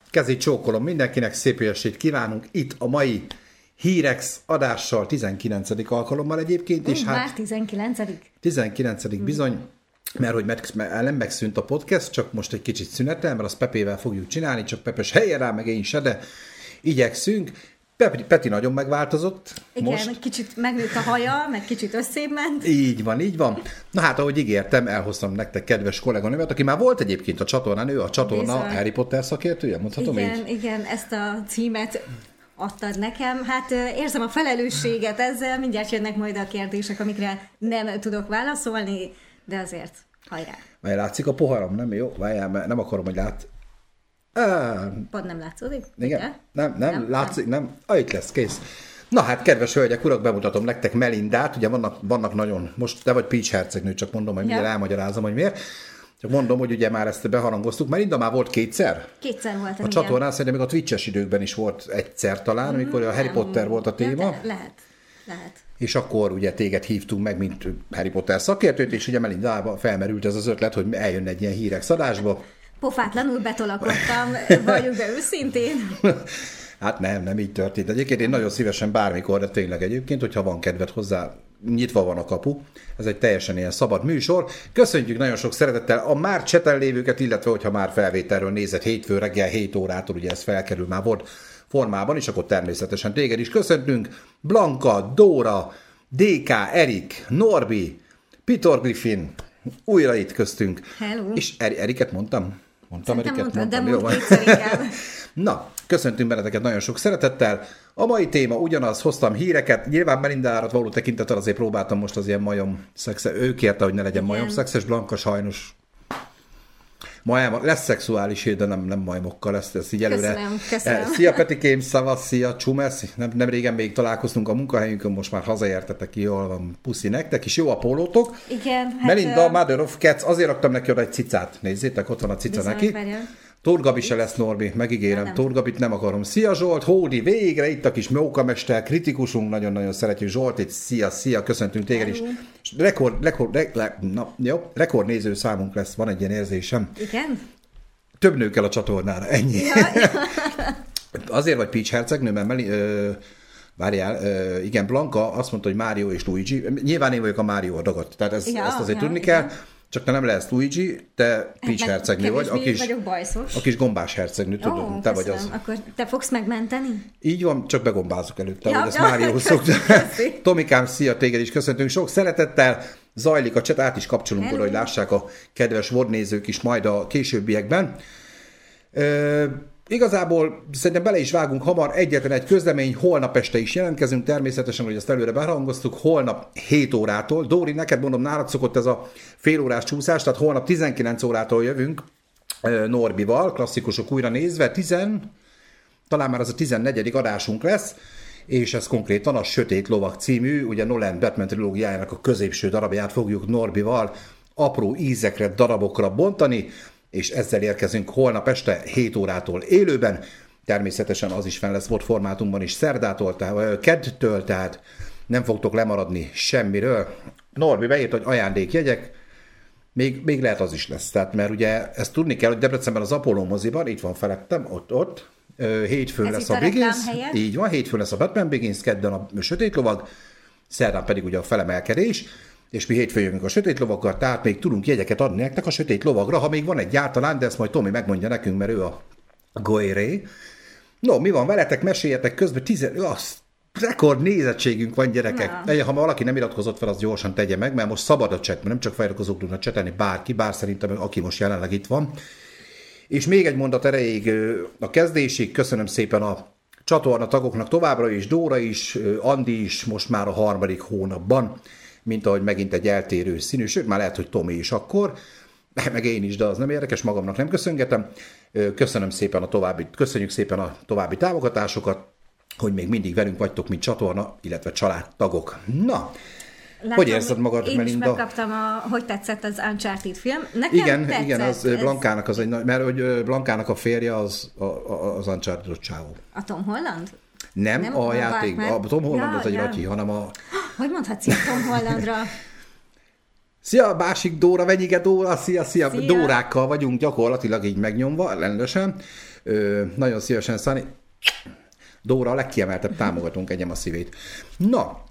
kezét csókolom mindenkinek, szép estét kívánunk itt a mai Hírex adással, 19. alkalommal egyébként. És hát már 19. 19. bizony, mert hogy nem megszűnt a podcast, csak most egy kicsit szünetel, mert azt Pepével fogjuk csinálni, csak Pepes helyen rá, meg én se, de igyekszünk. Peti nagyon megváltozott. Igen, most. Egy kicsit megnőtt a haja, meg kicsit összébb ment. Így van, így van. Na hát, ahogy ígértem, elhoztam nektek kedves kolléganőmet, aki már volt egyébként a csatornán, ő a csatorna Bizony. Harry Potter szakértője, mondhatom így? Igen, ezt a címet adtad nekem. Hát érzem a felelősséget ezzel, mindjárt jönnek majd a kérdések, amikre nem tudok válaszolni, de azért hajrá. Várjál, látszik a poharam, nem jó? Várjál, mert nem akarom, hogy Pont nem látszódik? Igen? Nem, látszik, nem. Itt lesz, kész. Na hát, kedves hölgyek, urak, bemutatom nektek Melindát, ugye vannak nagyon, most te vagy Peach hercegnő, csak mondom, hogy mindjárt elmagyarázom, hogy miért. Csak mondom, hogy ugye már ezt beharangoztuk. Melinda már volt kétszer? Kétszer voltam, a csatornán szerintem még a Twitch-es időkben is volt egyszer talán, amikor a Harry Potter volt a téma. Lehet. És akkor ugye téged hívtunk meg, mint Harry Potter szakértőt, és ugye Melindába felmerült ez az ötlet, hogy eljön egy ilyen Hírex adásba. Pofátlanul betolakodtam, valljuk be őszintén. Hát nem így történt. Egyébként én nagyon szívesen bármikor, de tényleg egyébként, hogyha van kedved hozzá, nyitva van a kapu. Ez egy teljesen ilyen szabad műsor. Köszönjük nagyon sok szeretettel a már cseten lévőket, illetve hogyha már felvételről nézett hétfő reggel 7 órától, ugye ez felkerül, már volt formában, és akkor természetesen téged is köszöntünk. Blanka, Dóra, DK, Erik, Norbi, Peter Griffin, újra itt köztünk. Hello. És Eriket mondtam? Mondtam, de múlt kétszer inkább. Na, köszöntünk benneteket nagyon sok szeretettel. A mai téma ugyanaz, hoztam híreket. Nyilván Melindárat való tekintettel azért próbáltam most az ilyen majom szexes. Ő kérte, hogy ne legyen majom szexes, Blanka sajnos. Lesz szexuális, de nem majmokkal, ezt így előre. Köszönöm. Szia Petikém, szavasz, szia Csumesz. Nem régen még találkoztunk a munkahelyünkön, most már hazaértetek, jól van, puszi nektek is, jó a pólótok. Igen. Melinda, Mother of Cats, azért raktam neki oda egy cicát. Nézzétek, ott van a cica neki. Tóth Gabi se lesz, Norbi, megígérem. Tóth Gabit nem akarom. Szia Zsolt, Hódi, végre itt a kis mókamester, kritikusunk, nagyon-nagyon szeretjük Zsolt, itt szia, köszöntünk téged is. Rekord néző számunk lesz, van egy ilyen érzésem. Igen? Több nő kell a csatornára, ennyi. Ja. Azért vagy Peach hercegnő, mert igen, Blanka azt mondta, hogy Mario és Luigi. Nyilván én vagyok a Mario ragadt, tehát ezt azért tudni kell. Csak te nem lehetsz Luigi, te Peach hercegnő vagy, a kis gombás hercegnő, tudom, te vagy az. Akkor te fogsz megmenteni? Így van, csak begombázok előtte, hogy ezt Márióhoz szokta. Tomikám, szia, téged is köszöntünk sok szeretettel. Zajlik a chat, át is kapcsolunk oda, hogy lássák a kedves vodnézők is majd a későbbiekben. Igazából szerintem bele is vágunk hamar, egyetlen egy közlemény, holnap este is jelentkezünk, természetesen, hogy ezt előre beharangoztuk, holnap 7 órától. Dóri, neked mondom, nálad szokott ez a félórás csúszás, tehát holnap 19 órától jövünk Norbival, klasszikusok újra nézve, talán már az a 14. adásunk lesz, és ez konkrétan a Sötét Lovag című, ugye Nolan Batman trilógiájának a középső darabját fogjuk Norbival apró ízekre, darabokra bontani, és ezzel érkezünk holnap este 7 órától élőben. Természetesen az is fenn lesz volt formátumban is szerdától, keddtől, tehát nem fogtok lemaradni semmiről. Norbi beírt, hogy ajándékjegyek, még lehet az is lesz. Tehát, mert ugye ezt tudni kell, hogy Debrecenben az Apollo moziban, itt van felettem, ott, hétfőn lesz a Begins, így van, hétfőn lesz a Batman Begins, kedden a Sötét Lovag, szerdán pedig ugye a felemelkedés, és mi hétfőn jövünk a Sötét Lovaggal, tehát még tudunk jegyeket adni nektek a Sötét Lovagra, ha még van egyáltalán, de ezt majd Tomi megmondja nekünk, mert ő a Goéré. No, mi van veletek, meséljetek közben, rekord nézettségünk van, gyerekek. Ha valaki nem iratkozott fel, az gyorsan tegye meg, mert most szabad a chat, mert nem csak feliratkozók tudnak csetelni, bárki, bár szerintem aki most jelenleg itt van. És még egy mondat erejéig a kezdésig, köszönöm szépen a csatorna tagoknak továbbra is, Dóra is, Andi is most már a 3. hónapban, mint ahogy megint egy eltérő színű, sőt, már lehet, hogy Tomi is akkor, meg én is, de az nem érdekes, magamnak nem köszöngetem. Köszönjük szépen a további támogatásokat, hogy még mindig velünk vagytok, mint csatorna, illetve családtagok. Na, látom, hogy érzed magad, én Melinda? Én is megkaptam, hogy tetszett az Uncharted film. Nekem tetszett. Igen, az Blankának az egy nagy, mert hogy Blankának a férje az Uncharted csávó. A Tom Holland? Nem a játék, a Tom Holland az egy ratyi, hanem a... Hogy mondhatsz ilyen Tom Hollandra? Szia, másik Dóra, Venyige Dóra, szia. Dórákkal vagyunk gyakorlatilag így megnyomva, rendesen. Nagyon szívesen, Szani. Dóra a legkiemeltebb támogatónk, egyem a szívét. Na,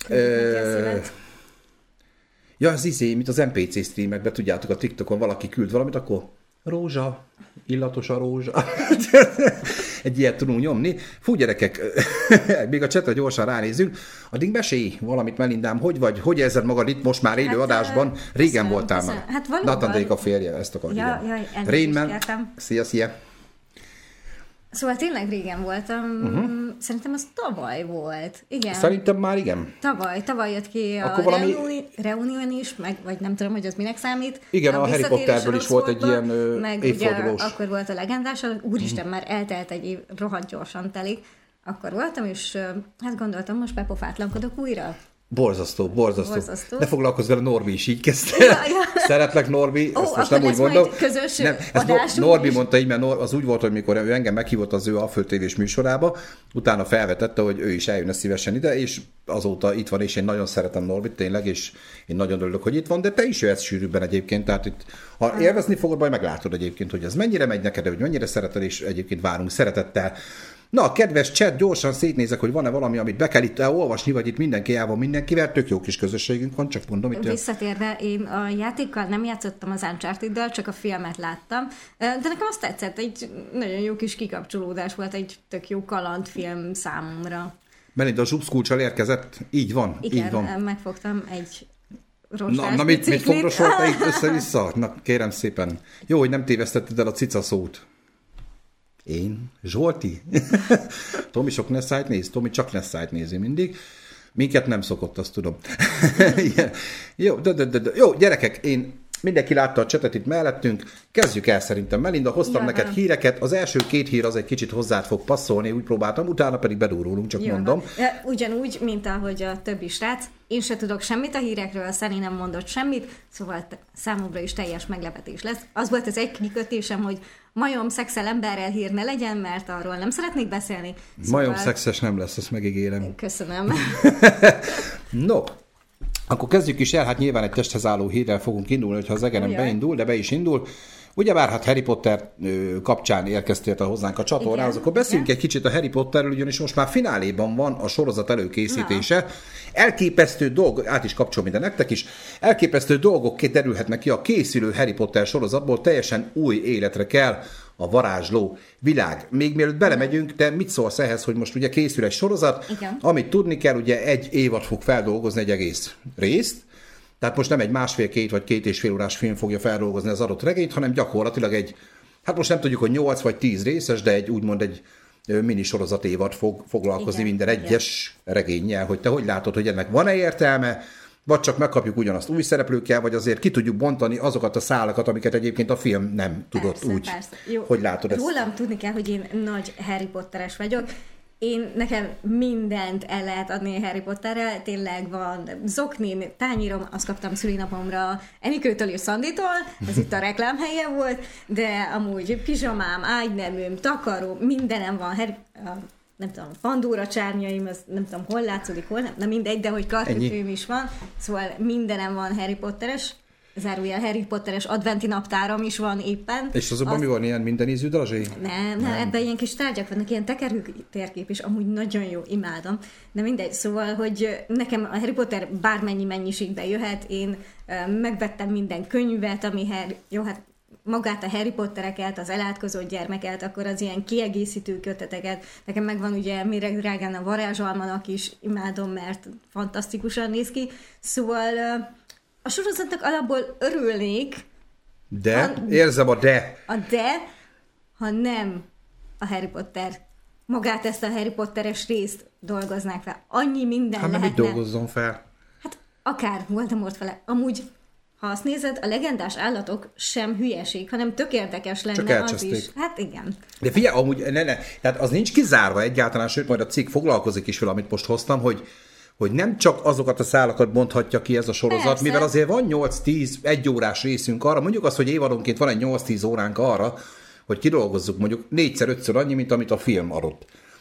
ja, az mint az NPC streamekben, tudjátok, a TikTokon valaki küld valamit, akkor rózsa, illatos a rózsa. Egy ilyet tudunk nyomni. Fú, gyerekek, még a csetre gyorsan ránézünk. Addig mesélj valamit, Melindám, hogy vagy? Hogy érzed magad itt most már élő adásban? Régen voltál már. Hát valóban. Natandék a férje, ezt akarja. Rainman, szia. Szóval tényleg régen voltam, szerintem az tavaly volt. Igen. Szerintem már igen. Tavaly jött ki a Reunion is, vagy nem tudom, hogy az minek számít. Igen, a Harry Potterből is volt egy ilyen évfordulós. Ugye, akkor volt a legendás, úristen, már eltelt egy év, rohadt gyorsan telik. Akkor voltam, és hát gondoltam, most bepofátlankodok újra. Borzasztó. Ne foglalkozz vele, Norbi is így kezdte. Ja. Szeretlek, Norbi, ezt most nem úgy mondom. Nem, Norbi mondta így, mert az úgy volt, hogy mikor ő engem meghívott az ő Alföld TV-s műsorába, utána felvetette, hogy ő is eljönne szívesen ide, és azóta itt van, és én nagyon szeretem Norbit tényleg, és én nagyon örülök, hogy itt van, de te is jöhetsz sűrűbben egyébként, tehát itt, ha élvezni fogod, majd meglátod egyébként, hogy ez mennyire megy neked, hogy mennyire szereted, és egyébként várunk szeretettel. Na, kedves chat, gyorsan szétnézek, hogy van-e valami, amit be kell itt olvasni, vagy itt mindenki el van mindenkivel, tök jó kis közösségünk van, csak mondom itt. Visszatérve, én a játékkal nem játszottam az Uncharted-del, csak a filmet láttam, de nekem azt tetszett, egy nagyon jó kis kikapcsolódás volt, egy tök jó kalandfilm számomra. Melinda, a zsubszkulccsal érkezett, így van, igen, így van. Megfogtam egy rostás Na, mit fogrosolta itt össze-vissza? Na, kérem szépen. Jó, hogy nem tévesztetted el a cica szót. Én? Zsolti? Tomi sok Nessájt néz? Tomi csak Nessájt nézi mindig. Minket nem szokott, azt tudom. Jó, gyerekek, mindenki látta a csetet itt mellettünk. Kezdjük el szerintem. Melinda, hoztam neked híreket. Az első 2 hír az egy kicsit hozzád fog passzolni, úgy próbáltam, utána pedig bedurulunk, csak mondom. Ugyanúgy, mint ahogy a többi srác. Én se tudok semmit a hírekről, Szani nem mondott semmit, szóval számomra is teljes meglepetés lesz. Az volt az egy kikötésem, hogy majom szexel emberrel hír ne legyen, mert arról nem szeretnék beszélni. Szóval... Majom szexes nem lesz, ezt megígérem. Köszönöm. No, akkor kezdjük is el, hát nyilván egy testhez álló hírrel fogunk indulni, hogyha az Egerem beindul, de be is indul. Ugyebár hát Harry Potter kapcsán érkeztél hozzánk a csatornához, akkor beszéljünk egy kicsit a Harry Potterről, ugyanis most már fináléban van a sorozat előkészítése. Elképesztő dolgok, át is kapcsol minden nektek is, elképesztő dolgok derülhetnek ki a készülő Harry Potter sorozatból, teljesen új életre kell a varázsló világ. Még mielőtt belemegyünk, te mit szólsz ehhez, hogy most ugye készül egy sorozat, amit tudni kell, ugye egy évad fog feldolgozni egy egész részt, tehát most nem egy 1,5-2 vagy 2,5 órás film fogja feldolgozni az adott regényt, hanem gyakorlatilag egy, hát most nem tudjuk, hogy 8 vagy 10 részes, de úgymond egy mini sorozat évad fog foglalkozni minden egyes regénnyel, hogy te hogy látod, hogy ennek van-e értelme, vagy csak megkapjuk ugyanazt új szereplőkkel, vagy azért ki tudjuk bontani azokat a szálakat, amiket egyébként a film nem tudott úgy. Persze. Jó. Hogy látod ezt? Rólam tudni kell, hogy én nagy Harry Potteres vagyok. Nekem mindent el lehet adni Harry Potterrel, tényleg van zoknim, tányírom, azt kaptam szülinapomra Enikőtől és Szanditól, ez itt a reklámhelye volt, de amúgy pizsamám, ágyneműm, takaró, mindenem van, nem tudom, Pandora csárnyaim, az nem tudom, hol látszódik, hol nem, na mindegy, de hogy karkötőm is van, szóval mindenem van Harry Potteres, zárójel Harry Potteres adventi naptáram is van éppen. És azonban mi van, ilyen minden ízű darazsé? Nem, ebben ilyen kis tárgyak vannak, ilyen tekerő térkép, és amúgy nagyon jó, imádom. De mindegy, szóval, hogy nekem a Harry Potter bármennyi mennyiségben jöhet, én megvettem minden könyvet, ami magát a Harry Pottereket, az elátkozott gyermeket, akkor az ilyen kiegészítő köteteket. Nekem megvan ugye mire drágán a varázsalmanak is, imádom, mert fantasztikusan néz ki. Szóval a sorozatnak alapból örülnék. De? Érzem a de. Ha nem a Harry Potter, magát ezt a Harry Potteres részt dolgoznák fel. Annyi minden lehetne. Hát mit dolgozzon fel? Hát akár Voldemort vele. Amúgy, ha azt nézed, a legendás állatok sem hülyeség, hanem tök érdekes lenne az is. Hát igen. De figyelj, amúgy tehát az nincs kizárva egyáltalán, sőt majd a cikk foglalkozik is vele, amit most hoztam, hogy nem csak azokat a szálakat bonthatja ki ez a sorozat, persze, mivel azért van 8-10 1 órás részünk arra, mondjuk azt, hogy évadonként van egy 8-10 óránk arra, hogy kidolgozzuk mondjuk 4-5-ször annyi, mint amit a film adott.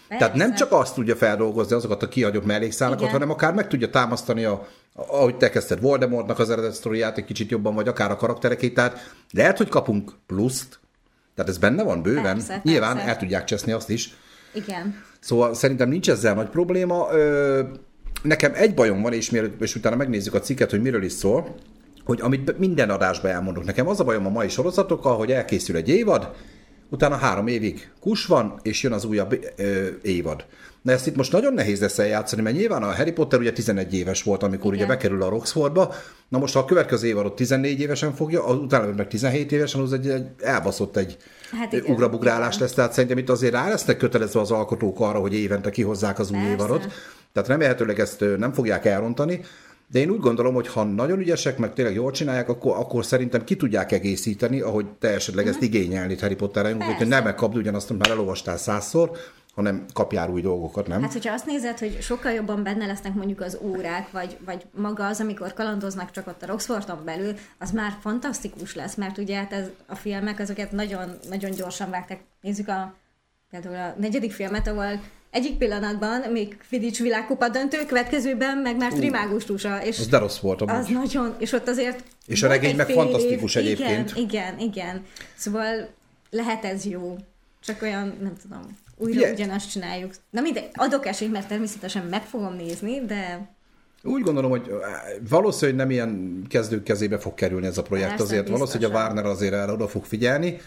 Tehát nem csak azt tudja feldolgozni, azokat a kihagyott mellékszálakat, hanem akár meg tudja támasztani, ahogy te kezdted Voldemortnak az eredet sztoriát egy kicsit jobban, vagy akár a karakterekét. Tehát lehet, hogy kapunk pluszt, tehát ez benne van bőven. Persze, nyilván persze. el tudják cseszni azt is. Igen. Szóval szerintem nincs ezzel nagy probléma. Nekem egy bajom van, és utána megnézzük a cikket, hogy miről is szól, hogy amit minden adásban elmondok. Nekem az a bajom a mai sorozatokkal, hogy elkészül egy évad, utána 3 évig kus van, és jön az újabb évad. Na ezt itt most nagyon nehéz lesz eljátszani, mert nyilván a Harry Potter ugye 11 éves volt, amikor ugye bekerül a Roxfordba. Na most ha a következő évadot 14 évesen fogja, utána meg 17 évesen, az egy elbaszott egy ugrabugrálás lesz. Tehát szerintem itt azért rá lesznek kötelezve az alkotók arra, hogy évente kihozzák az új évadot. Tehát remélhetőleg ezt nem fogják elrontani. De én úgy gondolom, hogy ha nagyon ügyesek, meg tényleg jól csinálják, akkor szerintem ki tudják egészíteni, ahogy te esetleg ezt igényelni Harry Potterre, hogy nem megkapd ugyanazt, amit már elolvastál 100-szor, hanem kapjál új dolgokat, nem? Hát, hogyha azt nézed, hogy sokkal jobban benne lesznek mondjuk az órák, vagy maga az, amikor kalandoznak csak ott a Roxfordon belül, az már fantasztikus lesz, mert ugye hát a filmek azokat nagyon, nagyon gyorsan vágták. Nézzük például a 4. filmet, ahol egyik pillanatban még Quidditch világkupa döntő, következőben meg már Trimágus túsa. És az de rossz volt amúgy. Az nagyon, és ott azért... És a regény meg fantasztikus egyébként. Igen. Szóval lehet ez jó. Csak olyan, nem tudom, ugyanazt csináljuk. Na mindegy, adok esélyt, mert természetesen meg fogom nézni, de... Úgy gondolom, hogy valószínűleg nem ilyen kezdők kezébe fog kerülni ez a projekt. Persze, azért valószínűleg a Warner azért erre oda fog figyelni.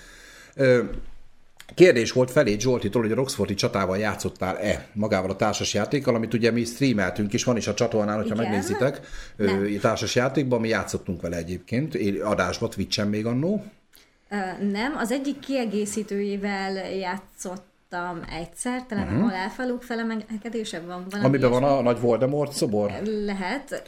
Kérdés volt felé Zsoltitól, hogy a Roxfordi csatával játszottál-e magával a társasjátékkal, amit ugye mi streameltünk is, van is a csatornán, hogyha megnézitek, társasjátékban, mi játszottunk vele egyébként, adásban, Twitch-en még annó. Nem, az egyik kiegészítőjével játszottam egyszer, talán a halálfaluk felemelkedése van. Amiben van a nagy Voldemort szobor? Lehet,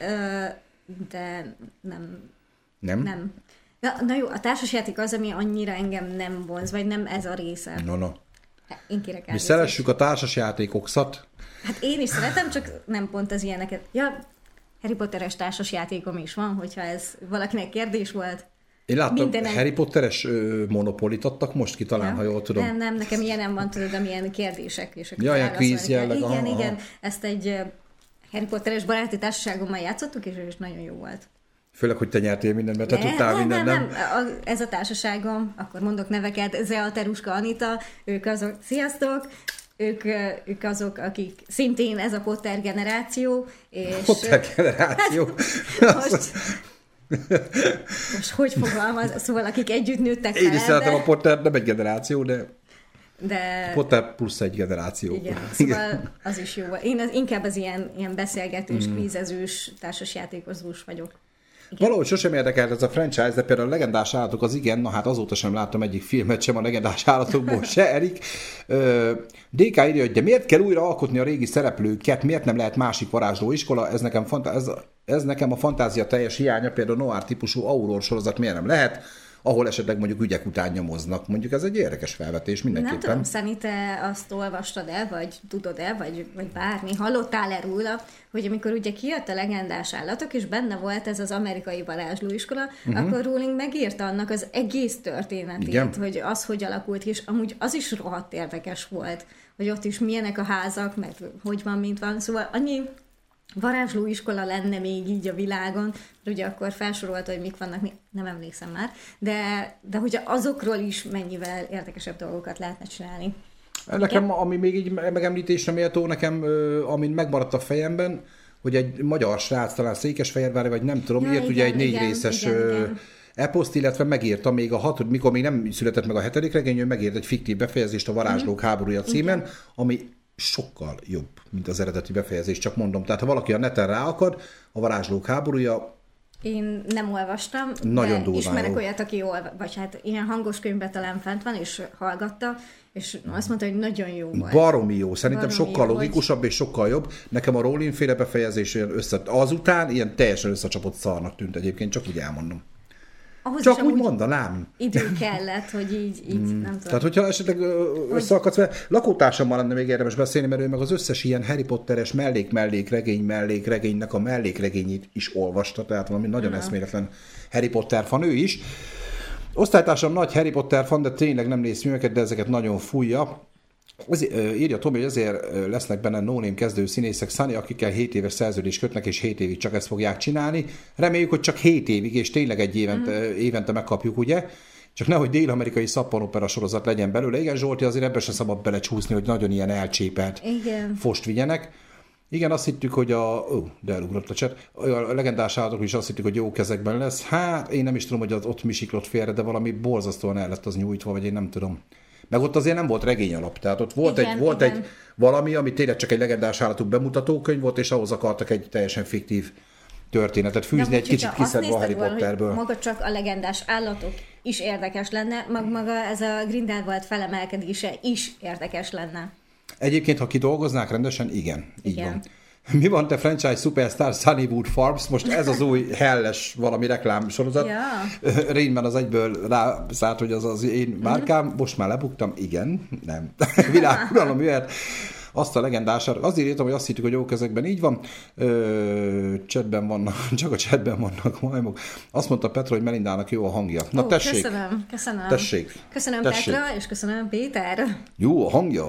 de nem. Nem? Na jó, a társasjáték az, ami annyira engem nem vonz, vagy nem ez a része. No. Én kérek elnézést. Mi szeressük a társasjátékokat. Hát én is szeretem, csak nem pont az ilyeneket. Ja, Harry Potteres társasjátékom is van, hogyha ez valakinek kérdés volt. Én láttam, Harry Potteres monopolit adtak most ki talán, ha jól tudom. Nem, nekem ilyenem van, tudod, amilyen kérdések. És ja, ilyen kvíz jelleg. Igen. Ezt egy Harry Potteres baráti társaságommal játszottuk, és ő is nagyon jó volt. Főleg, hogy te nyertél mindent, mert te tudtál mindent, nem? Ez a társaságom, akkor mondok neveket, Zea, Teruska, Anita, ők azok, sziasztok, ők azok, akik szintén ez a Potter generáció. És Potter generáció? most hogy fogalmaz? Szóval akik együtt nőttek fel. Én is szeretem a Potter, nem egy generáció, de Potter plusz egy generáció. Igen, szóval az is jó. Én inkább az ilyen beszélgetős, kvízezős, társasjátékozós vagyok. Igen. Valahogy sosem érdekelt ez a franchise, de például a legendás állatok az igen, na hát azóta sem láttam egyik filmet sem a legendás állatokból se, Erik. DK írja, hogy de miért kell újra alkotni a régi szereplőket, miért nem lehet másik varázslóiskola, ez nekem a fantázia teljes hiánya, például Noir típusú Auror sorozat miért nem lehet, ahol esetleg mondjuk ügyek után nyomoznak. Mondjuk ez egy érdekes felvetés mindenképpen. Nem tudom, Szani, te azt olvastad-e, vagy tudod-e, vagy bármi, hallottál-e róla, hogy amikor ugye kijött a legendás állatok, és benne volt ez az amerikai varázslóiskola, akkor Rowling megírta annak az egész történetét, igen, hogy az hogy alakult ki, és amúgy az is rohadt érdekes volt, hogy ott is milyenek a házak, meg hogy van, mint van, szóval annyi varázslóiskola lenne még így a világon, mert ugye akkor felsorolta, hogy mik vannak, nem emlékszem már, de hogy azokról is mennyivel érdekesebb dolgokat lehetne csinálni. Nekem, ami még így megemlítésre méltó, nekem, amin megmaradt a fejemben, hogy egy magyar srác, talán Székesfehérvári, vagy nem tudom, írt ugye egy 4 részes eposzt, illetve megírta még mikor még nem született meg a 7. regény, ő megírt egy fiktív befejezést a Varázslók háborúja címen, ami sokkal jobb, mint az eredeti befejezés, csak mondom. Tehát ha valaki a neten ráakad, a Varázslók háborúja... Én nem olvastam, nagyon de ismerek olyat, aki vagy hát ilyen hangos könyvben talán fent van, és hallgatta, és azt mondta, hogy nagyon jó volt. Baromi jó. Szerintem sokkal logikusabb és sokkal jobb. Nekem a Rowling féle befejezés azután ilyen teljesen összecsapott szarnak tűnt egyébként, csak úgy elmondom. Ahhoz csak úgy mondanám. Idő kellett, hogy így nem tudom. Tehát, hogyha esetleg összeakadsz vele, lakótársammal lenne még érdemes beszélni, mert ő meg az összes ilyen Harry Potteres mellékregénynek a mellékregényét is olvasta, tehát valami nagyon eszméletlen Harry Potter fan ő is. Osztálytársam nagy Harry Potter fan, de tényleg nem néz filmeket, de ezeket nagyon fújja. Írja Tomi, hogy ezért lesznek benne no-name kezdő színészek, Sunny, akikkel 7 éves szerződést kötnek, és 7 évig csak ezt fogják csinálni. Reméljük, hogy csak 7 évig, és tényleg egy évente megkapjuk, ugye? Csak nehogy dél-amerikai szappanopera sorozat legyen belőle. Igen, Zsolti, azért ebbe se szabad belecsúszni, hogy nagyon ilyen elcsépelt fost vigyenek. Igen, azt hittük, hogy de elugrott a chat. A legendás állatok is azt hittük, hogy jó kezekben lesz. Hát, én nem is tudom, hogy az ott mi siklott félre, de valami borzasztóan el lett az nyújtva, vagy én nem tudom. Meg ott azért nem volt regény alap, tehát ott volt, egy valami, ami tényleg csak egy legendás állatok bemutatókönyv volt, és ahhoz akartak egy teljesen fiktív történetet fűzni, egy kicsit kiszedve a Harry Potterből. Maga csak a legendás állatok is érdekes lenne, maga ez a Grindelwald felemelkedése is érdekes lenne. Egyébként, ha kidolgoznák rendesen, igen. Így van. Mi van te franchise superstar Sunnywood Farms? Most ez az új helles valami reklámsorozat. Rainman az egyből rászállt, hogy az az én márkám. Most már lebuktam. Igen, nem. Világuralom jöhet. Azt a legendását. Azért írtam, hogy azt hittük, hogy jó kezekben így van. Chatben vannak, csak a chatben vannak majmok. Azt mondta Petra, hogy Melindának jó a hangja. Na tessék. Köszönöm. Tessék. Köszönöm Petra, és köszönöm Péter. Jó a hangja.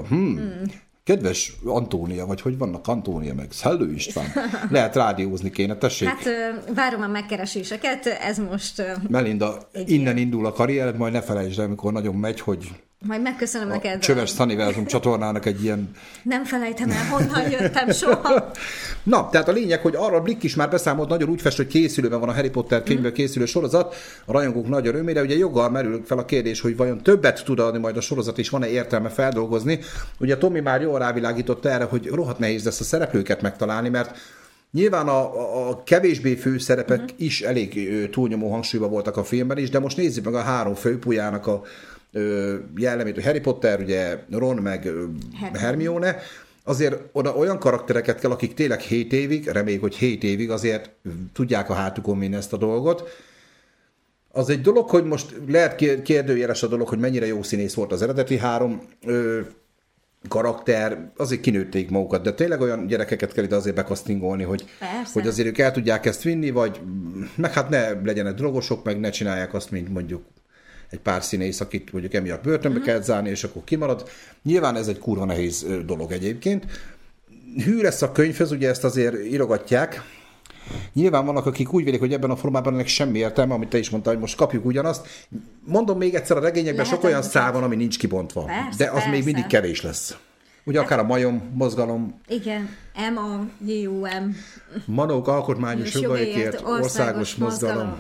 Kedves Antónia, vagy hogy vannak Antónia, meg Szellő István. Lehet rádiózni kéne, tessék. Hát várom a megkereséseket, ez most... Melinda, innen indul a karriered, majd ne felejtsd el, amikor nagyon megy, hogy... Majd megköszönöm neked. Csöves Sunnyverzum csatornának egy ilyen... Nem felejtem el, honnan jöttem soha. Na, tehát a lényeg, hogy arra Blikk is már beszámolt, nagyon úgy fest, hogy készülőben van a Harry Potter könyvből készülő sorozat, a rajongók nagy örömére. Ugye joggal merül fel a kérdés, hogy vajon többet tud adni majd a sorozat, és van-e értelme feldolgozni. Ugye Tomi már jól rávilágított erre, hogy rohadt nehéz lesz a szereplőket megtalálni, mert nyilván a kevésbé főszerepek is elég túlnyomó hangsúlyban voltak a filmben is, de most nézzük meg a 3 főpulyának a jellemét, hogy Harry Potter, ugye Ron meg Hermione, azért oda olyan karaktereket kell, akik tényleg 7 évig, reméljük, hogy 7 évig azért tudják a hátukon vinni ezt a dolgot. Az egy dolog, hogy most lehet kérdőjeles a dolog, hogy mennyire jó színész volt az eredeti 3 karakter, azért kinőtték magukat, de tényleg olyan gyerekeket kell ide azért bekasztingolni, hogy azért ők el tudják ezt vinni, vagy meg hát ne legyenek drogosok, meg ne csinálják azt, mint mondjuk egy pár színész, akit mondjuk emiatt börtönbe kell zárni, és akkor kimarad. Nyilván ez egy kurva nehéz dolog egyébként. Hű lesz a könyvhöz, ugye ezt azért írogatják. Nyilván vannak, akik úgy vélik, hogy ebben a formában ennek semmi értelme, amit te is mondtál, hogy most kapjuk ugyanazt. Mondom még egyszer, a regényekben sok olyan szál van, ami nincs kibontva. De az még mindig kevés lesz. Ugye akár a majom mozgalom. Igen, MAJUM. Manók alkotmányos jogaikért országos mozgalom.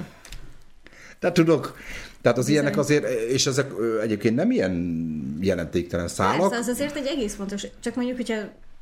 Tehát az ilyenek azért, és ezek egyébként nem ilyen jelentéktelen szálak. Persze, az azért egy egész fontos. Csak mondjuk, hogyha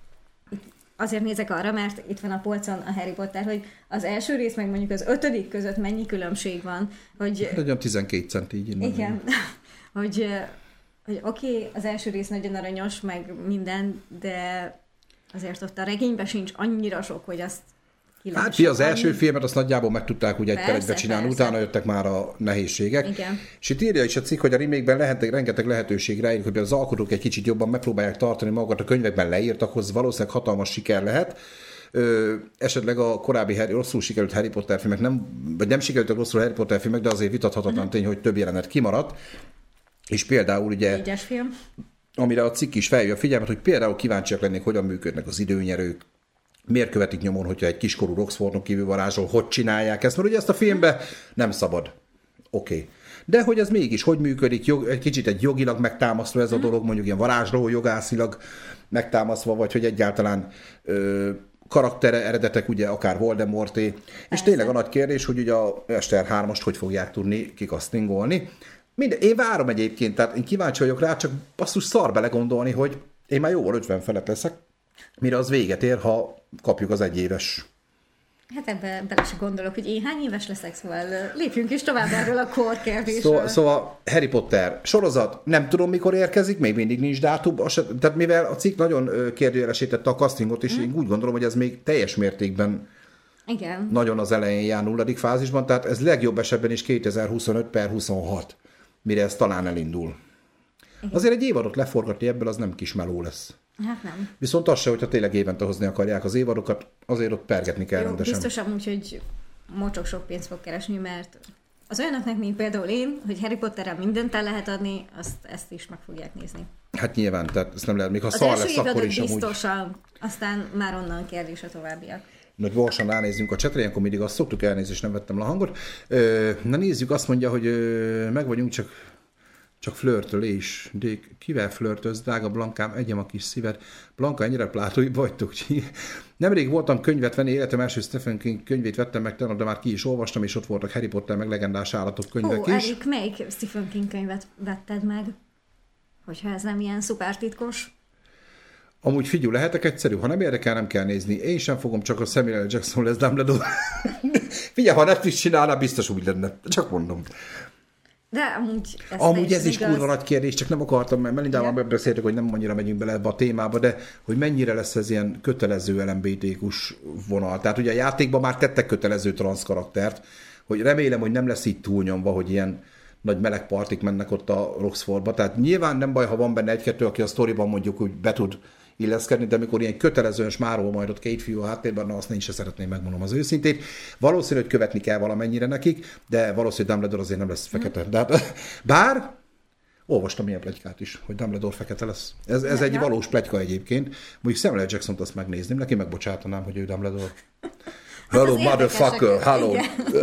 azért nézek arra, mert itt van a polcon a Harry Potter, hogy az első rész, meg mondjuk az 5. között mennyi különbség van, hogy... Nagyon 12 cent így. Igen, hogy oké, az első rész nagyon aranyos, meg minden, de azért ott a regényben sincs annyira sok, hogy azt hát az első filmet azt nagyjából meg tudták úgy egy keretbe csinálni, utána jöttek már a nehézségek. Igen. És itt írja is a cikk, hogy a remake-ben rengeteg lehetőség rájuk, hogy az alkotók egy kicsit jobban megpróbálják tartani magukat a könyvekben leírtakhoz, valószínűleg hatalmas siker lehet. Esetleg a korábbi rosszul sikerült Harry Potter filmek, vagy nem sikerültek rosszul Harry Potter filmek, de azért vitathatatlan tény, hogy több jelenet kimaradt. És például ugye, amire a cikk is felhívja a figyelmet, hogy például kíváncsiak lennék, hogyan működnek az időnyerők, miért követik nyomon, hogyha egy kiskorú Roxfordon kívül varázsol, hogy csinálják ezt, mert ugye ezt a filmben nem szabad. Oké. De hogy ez mégis, hogy működik, egy kicsit egy jogilag megtámasztva ez a dolog, mondjuk ilyen varázsló jogászilag megtámasztva, vagy hogy egyáltalán karaktere, eredetek, ugye akár Voldemorté. És tényleg a nagy kérdés, hogy ugye a Ester 3-ast hogy fogják tudni kikasztingolni. Én várom egyébként, tehát én kíváncsi vagyok rá, csak basszus szar belegondolni, hogy én már jóval 50 felett leszek, mire az véget ér, ha kapjuk az 1 éves. Hát ebben bele se gondolok, hogy én hány éves leszek, szóval lépjünk is tovább erről a korkérdésről. Szóval Harry Potter sorozat, nem tudom mikor érkezik, még mindig nincs dátum, tehát mivel a cikk nagyon kérdőjelesítette a castingot, és én úgy gondolom, hogy ez még teljes mértékben nagyon az elején jár 0. fázisban, tehát ez legjobb esetben is 2025/26, mire ez talán elindul. Igen. Azért egy évadot leforgatni ebből az nem kis meló lesz. Hát nem. Viszont az se, hogyha tényleg évente hozni akarják az évadokat, azért ott pergetni kell rendesen. Biztos amúgy, hogy mocsok sok pénzt fog keresni, mert az olyanoknak, mint például én, hogy Harry Potterrel mindent el lehet adni, ezt is meg fogják nézni. Hát nyilván, tehát ezt nem lehet, még ha szar lesz, akkor is biztosan, amúgy. Aztán már onnan kérdés a továbbiak. Na, gyorsan ránézzünk a csetre, ilyenkor mindig azt szoktuk, elnézést, nem vettem le a hangot. Na nézzük, azt mondja, hogy meg vagyunk, csak flörtölés. De kivel flörtöz, drága Blankám, egyem a kis szíved. Blanka, ennyire plátói vagytok. Nemrég voltam könyvet venni, életem első Stephen King könyvét vettem meg tegnap, de már ki is olvastam, és ott voltak Harry Potter, meg legendás állatok könyvek is. Erik, melyik Stephen King könyvet vetted meg? Hogyha ez nem ilyen szuper titkos. Amúgy figyelj, lehetek egyszerű, ha nem érdekel, nem kell nézni. Én sem fogom, csak a Samuel Jackson lesz Dumbledore. Figyelj, ha Netflix csinálná, biztos úgy lenne. Csak mondom. De amúgy ez is kurva nagy kérdés, csak nem akartam, mert Melindával megbeszéltük, hogy nem annyira megyünk bele ebbe a témába, de hogy mennyire lesz ez ilyen kötelező LMBTQ-s vonal. Tehát ugye a játékban már tettek kötelező transz karaktert, hogy remélem, hogy nem lesz így túlnyomva, hogy ilyen nagy meleg partik mennek ott a Roxfordba. Tehát nyilván nem baj, ha van benne egy-kettő, aki a sztoriban mondjuk úgy be tud illeszkedni, de amikor ilyen kötelezően smárol majd ott két fiú a háttérben, na azt én sem szeretném, megmondom az őszintét. Valószínű, hogy követni kell valamennyire nekik, de valószínű, hogy Dumbledore azért nem lesz fekete. De hát, bár olvastam ilyen pletykát is, hogy Dumbledore fekete lesz. Ez egy valós pletyka egyébként. Mondjuk Samuel Jackson-t azt megnézném, neki megbocsátanám, hogy ő Dumbledore. Hello, motherfucker, hello.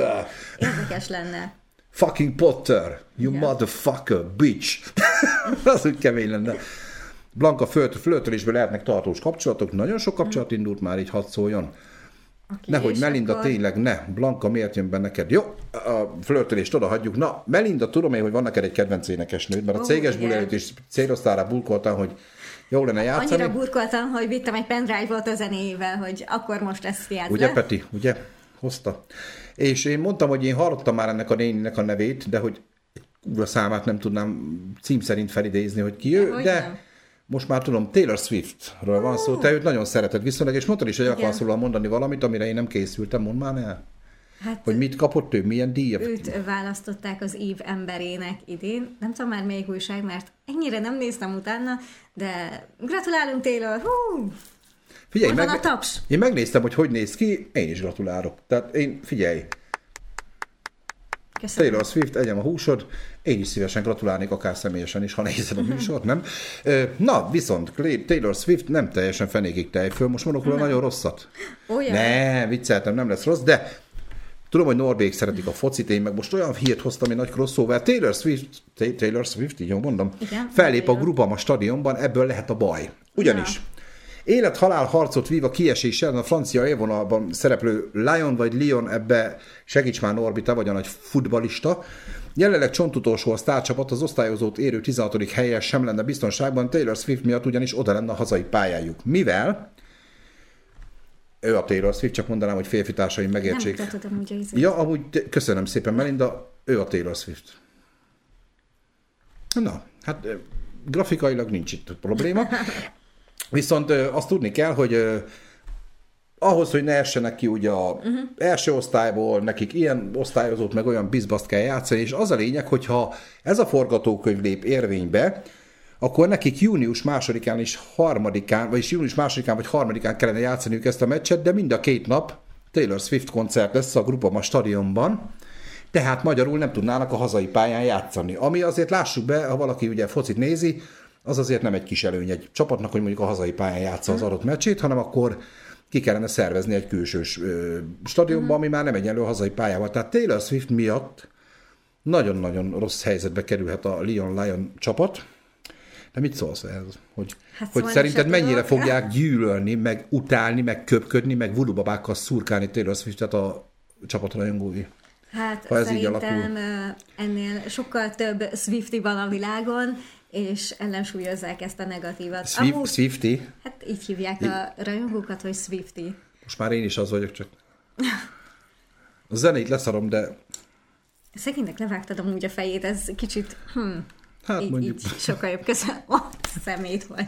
Érdekes lenne. Fucking Potter, you motherfucker, bitch. Az úgy kemény lenne. Blanka flörtölésből lehetnek tartós kapcsolatok, nagyon sok kapcsolat indult már, így hadd szóljon. Nehogy Melinda, akkor... tényleg ne. Blanka, miért jön be neked? Jó, a flörtölést oda hagyjuk. Na, Melinda, tudom én, hogy van neked egy kedvenc énekesnőd, mert a céges buli előtt is célosztára burkoltam, hogy jó lenne játszani. Annyira burkoltam, hogy vittem egy pendrive-ot a zenével, hogy akkor most ezt játsz. Ugye, Peti? Ugye? Hozta. És én mondtam, hogy én hallottam már ennek a néninek a nevét, de hogy a számát nem tudnám cím szerint felidézni, hogy ki ő, de... Nem. Most már tudom, Taylor Swiftről van szó, te őt nagyon szereted viszonylag, és mondtad is, hogy akarsz róla mondani valamit, amire én nem készültem, mondd már el. Hát, hogy mit kapott ő, milyen díjat? Őt választották az év emberének idén, nem tudom már melyik újság, mert ennyire nem néztem utána, de gratulálunk Taylor, hú! Figyelj, van a taps. Én megnéztem, hogy néz ki, én is gratulálok. Tehát én, figyelj, köszönöm. Taylor Swift, egyem a húsod, én is szívesen gratulálnék, akár személyesen is, ha nézed a műsort, nem? Na, viszont Taylor Swift nem teljesen fenékig tejföl, most mondok róla nagyon rosszat. Olyan. Ne, vicceltem, nem lesz rossz, de tudom, hogy Norbék szeretik a focit, én meg most olyan hírt hoztam, egy nagy crossover, Taylor Swift, így jól mondom, igen, fellép a Groupama stadionban, ebből lehet a baj. Ugyanis élet-halál harcot vív a kieséssel, a francia élvonalban szereplő Lyon vagy Lyon, ebbe segíts már Norbi, te vagy a nagy futballista. Jelenleg csontutolsó a sztárcsapat, az osztályozót érő 16. helyen sem lenne biztonságban, Taylor Swift miatt ugyanis oda lenne a hazai pályájuk. Mivel? Ő a Taylor Swift, csak mondanám, hogy férfi társaim megértsék. Nem mutatod amúgy az Ja, amúgy köszönöm szépen, Melinda, ő a Taylor Swift. Na, hát grafikailag nincs itt probléma. Viszont azt tudni kell, hogy ahhoz, hogy ne essenek ki ugye a első osztályból, nekik ilyen osztályozót, meg olyan bizbaszt kell játszani, és az a lényeg, hogyha ez a forgatókönyv lép érvénybe, akkor nekik június 2-án és 3-án, vagyis június 2-án vagy 3-án kellene játszaniuk ezt a meccset, de mind a két nap Taylor Swift koncert lesz a Groupama stadionban, tehát magyarul nem tudnának a hazai pályán játszani. Ami azért lássuk be, ha valaki ugye focit nézi, az azért nem egy kis előny egy csapatnak, hogy mondjuk a hazai pályán játsza az adott meccsét, hanem akkor ki kellene szervezni egy külsős stadionban, ami már nem egyenlő a hazai pályával. Tehát Taylor Swift miatt nagyon-nagyon rossz helyzetbe kerülhet a Lyon csapat. De mit szólsz ehhez? Hogy szerinted mennyire fogják gyűlölni, meg utálni, meg köpködni, meg vulubabákkal szurkálni Taylor Swiftet a csapat rajongói? Hát szerintem ennél sokkal több Swiftie van a világon, és ellensúlyozzák ezt a negatívat. Swiftie? Hát így hívják a rajongókat, hogy Swiftie. Most már én is az vagyok, csak a zenét leszarom, de... Szegénynek levágtad amúgy a fejét, ez kicsit... Hát mondjuk. Így sokkal jobb, köszönöm. Szemét vagy.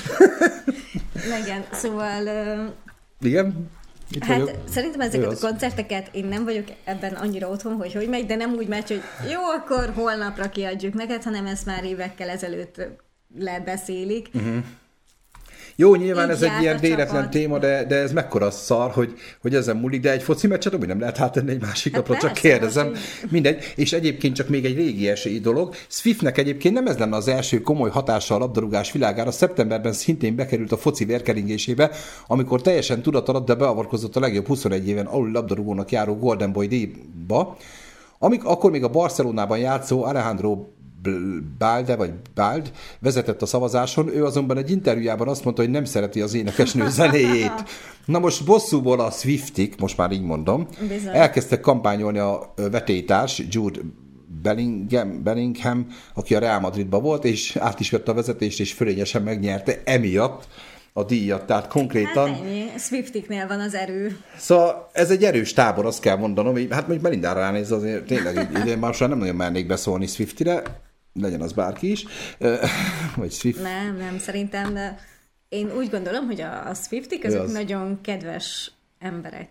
Igen, szóval... Igen? Hát szerintem ezeket a koncerteket én nem vagyok ebben annyira otthon, hogy megy, de nem úgy megy, hogy jó, akkor holnapra kiadjuk neked, hanem ezt már évekkel ezelőtt lebeszélik. Jó, nyilván így ez egy járt ilyen a véletlen csapat. téma, de ez mekkora szar, hogy ezen múlik, de egy foci meccset úgy nem lehet átenni egy másik Hát napra, csak persze, kérdezem. most Mindegy, és egyébként csak még egy régi esély dolog. Swiftnek egyébként nem ez lenne az első komoly hatása a labdarúgás világára. Szeptemberben szintén bekerült a foci vérkeringésébe, amikor teljesen tudat alatt, de beavatkozott a legjobb 21 éven alul labdarúgónak járó Golden Boy díjba. Akkor még a Barcelonában játszó Alejandro Bald vezetett a szavazáson, ő azonban egy interjújában azt mondta, hogy nem szereti az énekesnő zenéjét. Na most bosszúból a Swiftik, most már így mondom, Bizony. elkezdtek kampányolni a vetélytárs Jude Bellingham, aki a Real Madridban volt, és át is vette a vezetést, és fölényesen megnyerte emiatt a díjat, tehát konkrétan... Hát ennyi, Swiftiknél van az erő. Szóval ez egy erős tábor, azt kell mondanom, hát mondjuk Melindára ránéz, azért tényleg idén már nem nagyon mernék beszólni Swiftire, legyen az bárki is, vagy Swift. Nem, szerintem, de én úgy gondolom, hogy a Swiftik azok nagyon kedves emberek.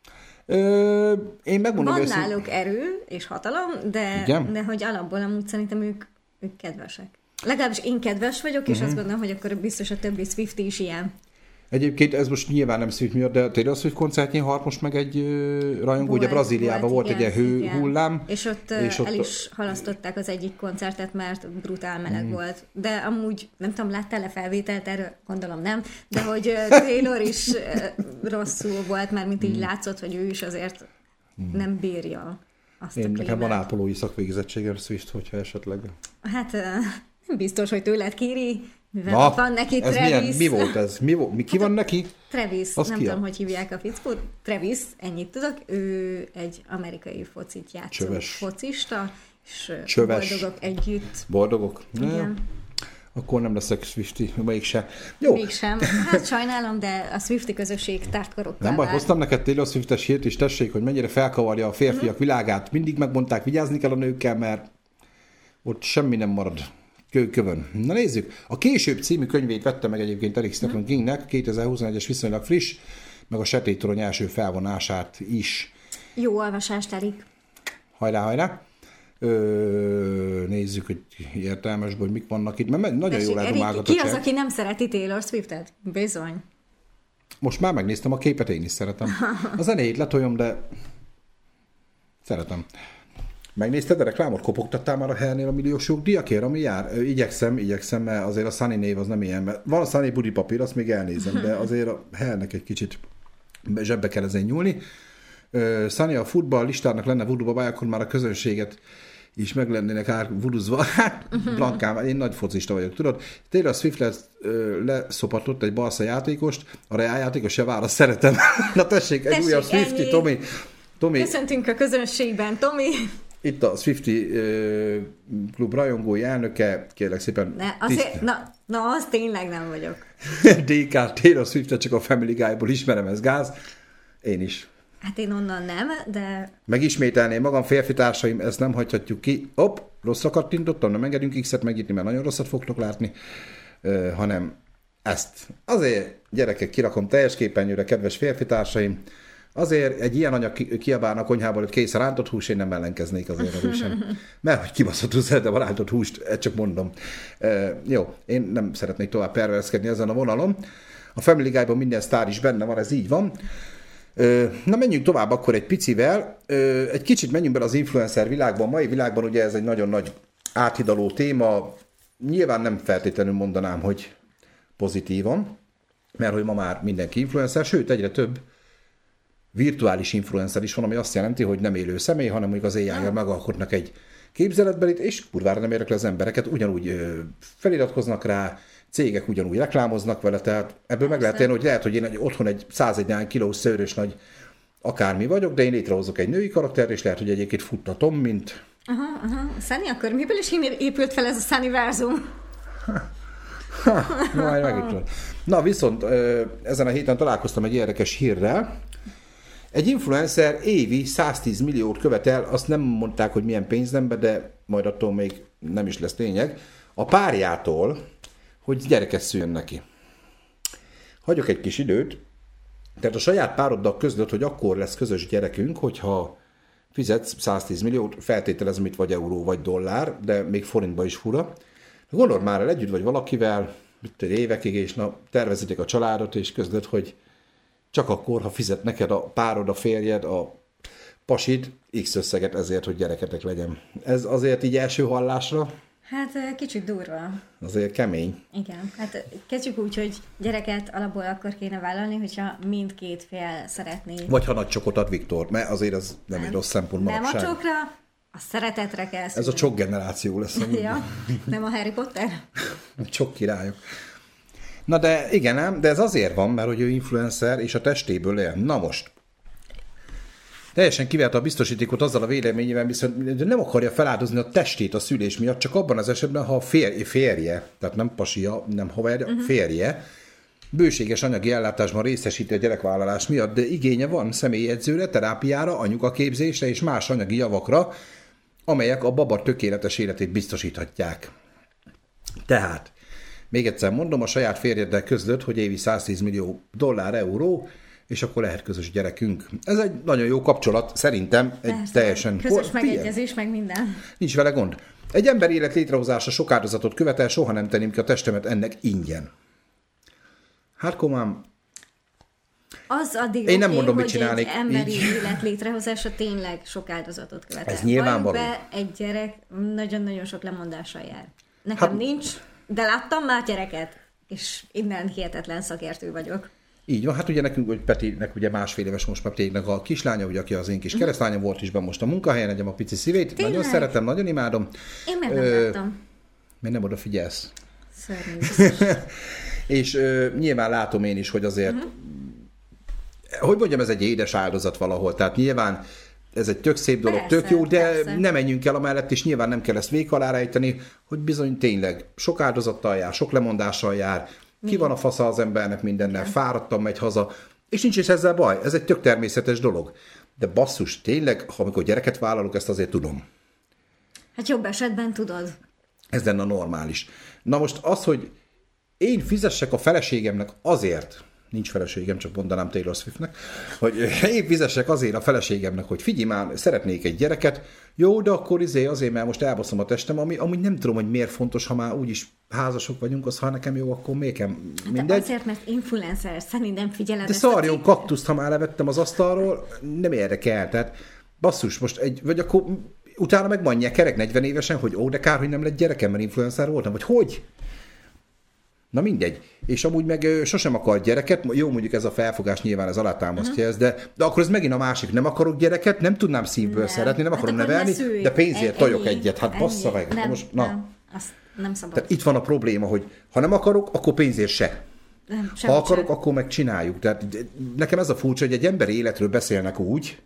Én megmondom Van őszintén. náluk erő és hatalom, de hogy alapból amúgy szerintem ők kedvesek. Legalábbis én kedves vagyok, és azt gondolom, hogy akkor biztos a többi Swiftie is ilyen. Egyébként ez most nyilván nem Swift miatt, de Taylor Swift koncertjén halt most meg egy rajongó, ugye Brazíliában volt egy ilyen hőhullám. És ott el is halasztották az egyik koncertet, mert brutál meleg volt. De amúgy, nem tudom, láttál-e felvételt erről? Gondolom nem. De hogy Taylor is rosszul volt, mert mint így látszott, hogy ő is azért nem bírja azt a klímát. Nekem van ápolói szakvégzettségem Swift, hogyha esetleg... Hát nem biztos, hogy tőled kéri, mivel van neki Travis. Mi volt ez? Ki van neki? Travis, nem tudom, hogy hívják a fickót. Travis, ennyit tudok, ő egy amerikai focit játszó focista, és boldogok együtt. Boldogok? Igen. Akkor nem leszek Swiftie, mégsem. Jó. Mégsem. Hát sajnálom, de a Swiftie közösség tárt karokkal. Nem baj, hoztam neked Taylor Swift-es hírt, és tessék, hogy mennyire felkavarja a férfiak világát. Mindig megmondták, vigyázni kell a nőkkel, mert ott semmi nem marad kőkövön. Na nézzük. A Később című könyvét vette meg egyébként Eric Stephen Kingnek, 2021-es viszonylag friss, meg a Sötéttorony első felvonását is. Jó olvasást, Erik. Hajrá! Nézzük, hogy értelmesből, hogy mik vannak itt, mert nagyon jól eldomálgat a Ki az, aki nem szereti Taylor Swiftet? Bizony. Most már megnéztem a képet, én is szeretem. A zenéjét letoljom, de szeretem. Megnézted, a reklámot kopogtattál már a Hellnél a milliós jogdíjakért, ami jár? Igyekszem, mert azért a Sunny név az nem ilyen, mert van a Sunny budipapír, azt még elnézem, de azért a Hellnek egy kicsit zsebbe kell ezen nyúlni. Sunny a futball listának lenne vudubabály, akkor már a közönséget is meg lennének vuduzva. Hát, Blankám, én nagy focista vagyok, tudod? Taylor Swift leszopatott egy Barca játékost, a Real játékos javára szeretem. Na tessék, egy újabb Swiftie, Tomi. Köszöntünk a közönségben, Tomi. Itt a Swiftie klub rajongói elnöke, kérlek szépen. Az tényleg nem vagyok. DK, Taylor Swiftet csak a Family Guy-ból ismerem, ez gáz. Én is. Hát én onnan nem, de... Megismételném magam, férfi társaim, ezt nem hagyhatjuk ki. Rosszra kattintottam, nem engedünk X-et megírni, mert nagyon rosszat fogtok látni, hanem ezt. Azért, gyerekek, kirakom teljes képernyőre, kedves férfi társaim, azért egy ilyen anyag kiabálna a konyhából, hogy kész a rántott hús, én nem ellenkeznék azért erősen. Mert hogy kibaszottul szeretem a rántott húst, ezt csak mondom. Jó, én nem szeretnék tovább perverszkedni ezen a vonalon. A Family Guy-ban minden sztár is benne van, ez így van. Na menjünk tovább akkor egy picivel. Egy kicsit menjünk bele az influencer világban. A mai világban ugye ez egy nagyon nagy áthidaló téma. Nyilván nem feltétlenül mondanám, hogy pozitívan, mert hogy ma már mindenki influencer, sőt egyre több virtuális influencer is van, ami azt jelenti, hogy nem élő személy, hanem mondjuk az AI-jal megalkotnak egy képzeletbelit, és kurvára nem érek le az embereket, ugyanúgy feliratkoznak rá, cégek ugyanúgy reklámoznak vele, tehát ebből meg lehet élni, hogy lehet, hogy én otthon egy 101 kilós szőrös nagy akármi vagyok, de én létrehozok egy női karaktert, és lehet, hogy egyébként futtatom, mint... Aha. Sunny, akkor miből is épült fel ez a Sunnyverzum? Majd megépül. Na viszont ezen a héten találkoztam egy érdekes hírrel. Egy influencer évi 110 milliót követel, azt nem mondták, hogy milyen pénznembe, de majd attól még nem is lesz lényeg, a párjától, hogy gyereket szüljön neki. Hagyok egy kis időt, tehát a saját pároddal közlött, hogy akkor lesz közös gyerekünk, hogyha fizetsz 110 milliót, feltételezem itt vagy euró, vagy dollár, de még forintba is fura. Gondold már el, együtt vagy valakivel, évekig, és tervezitek a családot, és közlöd, hogy csak akkor, ha fizet neked a párod, a férjed, a pasid X összeget ezért, hogy gyereketek legyen. Ez azért így első hallásra? Hát kicsit durva. Azért kemény. Igen, hát kezdjük úgy, hogy gyereket alapból akkor kéne vállalni, hogyha mindkét fél szeretné. Vagy ha nagy csokot ad Viktor, mert azért az nem egy rossz szempont manapság. Nem a csokra, a szeretetre kell szülni. Ez a csok generáció lesz. Ja, nem a Harry Potter? A csok királyok. Na de igen, nem? De ez azért van, mert hogy ő influencer, és a testéből él. Na most. Teljesen kiverte a biztosítékot azzal a véleményével, viszont nem akarja feláldozni a testét a szülés miatt, csak abban az esetben, ha a férje, tehát nem pasia, nem haverja, férje, bőséges anyagi ellátásban részesíti a gyerekvállalás miatt, de igénye van személyedzőre, terápiára, anyukaképzésre és más anyagi javakra, amelyek a baba tökéletes életét biztosíthatják. Tehát, még egyszer mondom, a saját férjeddel közlöd, hogy évi $110 millió, euró, és akkor lehet közös gyerekünk. Ez egy nagyon jó kapcsolat, szerintem. Egy teljesen... Közös megegyezés, meg minden. Nincs vele gond. Egy ember élet létrehozása sok áldozatot követel, soha nem tenném ki a testemet ennek ingyen. Hát komám... Az addig én nem mondom, hogy mit csinálnék. Egy emberi élet létrehozása tényleg sok áldozatot követel. Ez nyilvánvaló. Egy gyerek nagyon-nagyon sok lemondással jár. Nekem nincs, de láttam már gyereket, és innen hihetetlen szakértő vagyok. Így van, hát ugye nekünk, hogy Petinek ugye 1,5 éves most már tényleg a kislánya, ugye, aki az én kis keresztlányom volt is most a munkahelyen, egyem a pici szívét. Tényleg? Nagyon szeretem, nagyon imádom. Én meg nem láttam. Mert nem odafigyelsz. Szörnyű. És nyilván látom én is, hogy azért, hogy mondjam, ez egy édes áldozat valahol. Tehát nyilván ez egy tök szép dolog, persze, tök jó, de persze. Nem menjünk el amellett, és nyilván nem kell ezt vék alá rejteni, hogy bizony tényleg sok áldozattal jár, sok lemondással jár, ki van a fasza az embernek mindennel, fáradtan megy haza, és nincs is ezzel baj, ez egy tök természetes dolog. De basszus, tényleg, ha amikor gyereket vállalok, ezt azért tudom. Hát jobb esetben tudod. Ez lenne a normális. Na most az, hogy én fizessek a feleségemnek azért, nincs feleségem, csak mondanám Taylor Swiftnek, hogy én fizessek azért a feleségemnek, hogy figyelj már, szeretnék egy gyereket, jó, de akkor azért, mert most elbaszom a testem, ami amúgy nem tudom, hogy miért fontos, ha már úgyis házasok vagyunk, az ha nekem jó, akkor még mindegy. Hát azért, mert influencer, szerintem figyeled. De szarjon kaktuszt, ha már levettem az asztalról, nem érdekel, tehát basszus, most vagy akkor utána meg mondják kerek 40 évesen, hogy ó, de kár, hogy nem lett gyerekem, mert influencer voltam, vagy hogy? Na mindegy. És amúgy meg sosem akar gyereket, jó, mondjuk ez a felfogás nyilván ez alátámasztja ezt, de akkor ez megint a másik, nem akarok gyereket, nem tudnám szívből szeretni, nem akarom nevelni, de pénzért tojok egyet, hát bassza meg. Nem, most, nem, azt nem szabad. Tehát itt van a probléma, hogy ha nem akarok, akkor pénzért se. Nem, ha akarok, akkor meg csináljuk. Tehát nekem ez a furcsa, hogy egy emberi életről beszélnek úgy,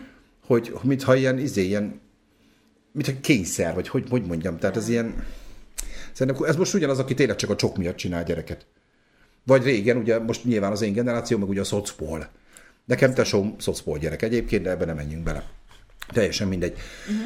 hogy mintha ilyen mintha kényszer, vagy hogy mondjam, tehát ez ilyen... Szerintem ez most ugyanaz, aki tényleg csak a csok miatt csinál gyereket. Vagy régen, ugye most nyilván az én generáció, meg ugye a szocpol. Nekem tesóm szocpol gyerek egyébként, de ebben nem menjünk bele. Teljesen mindegy.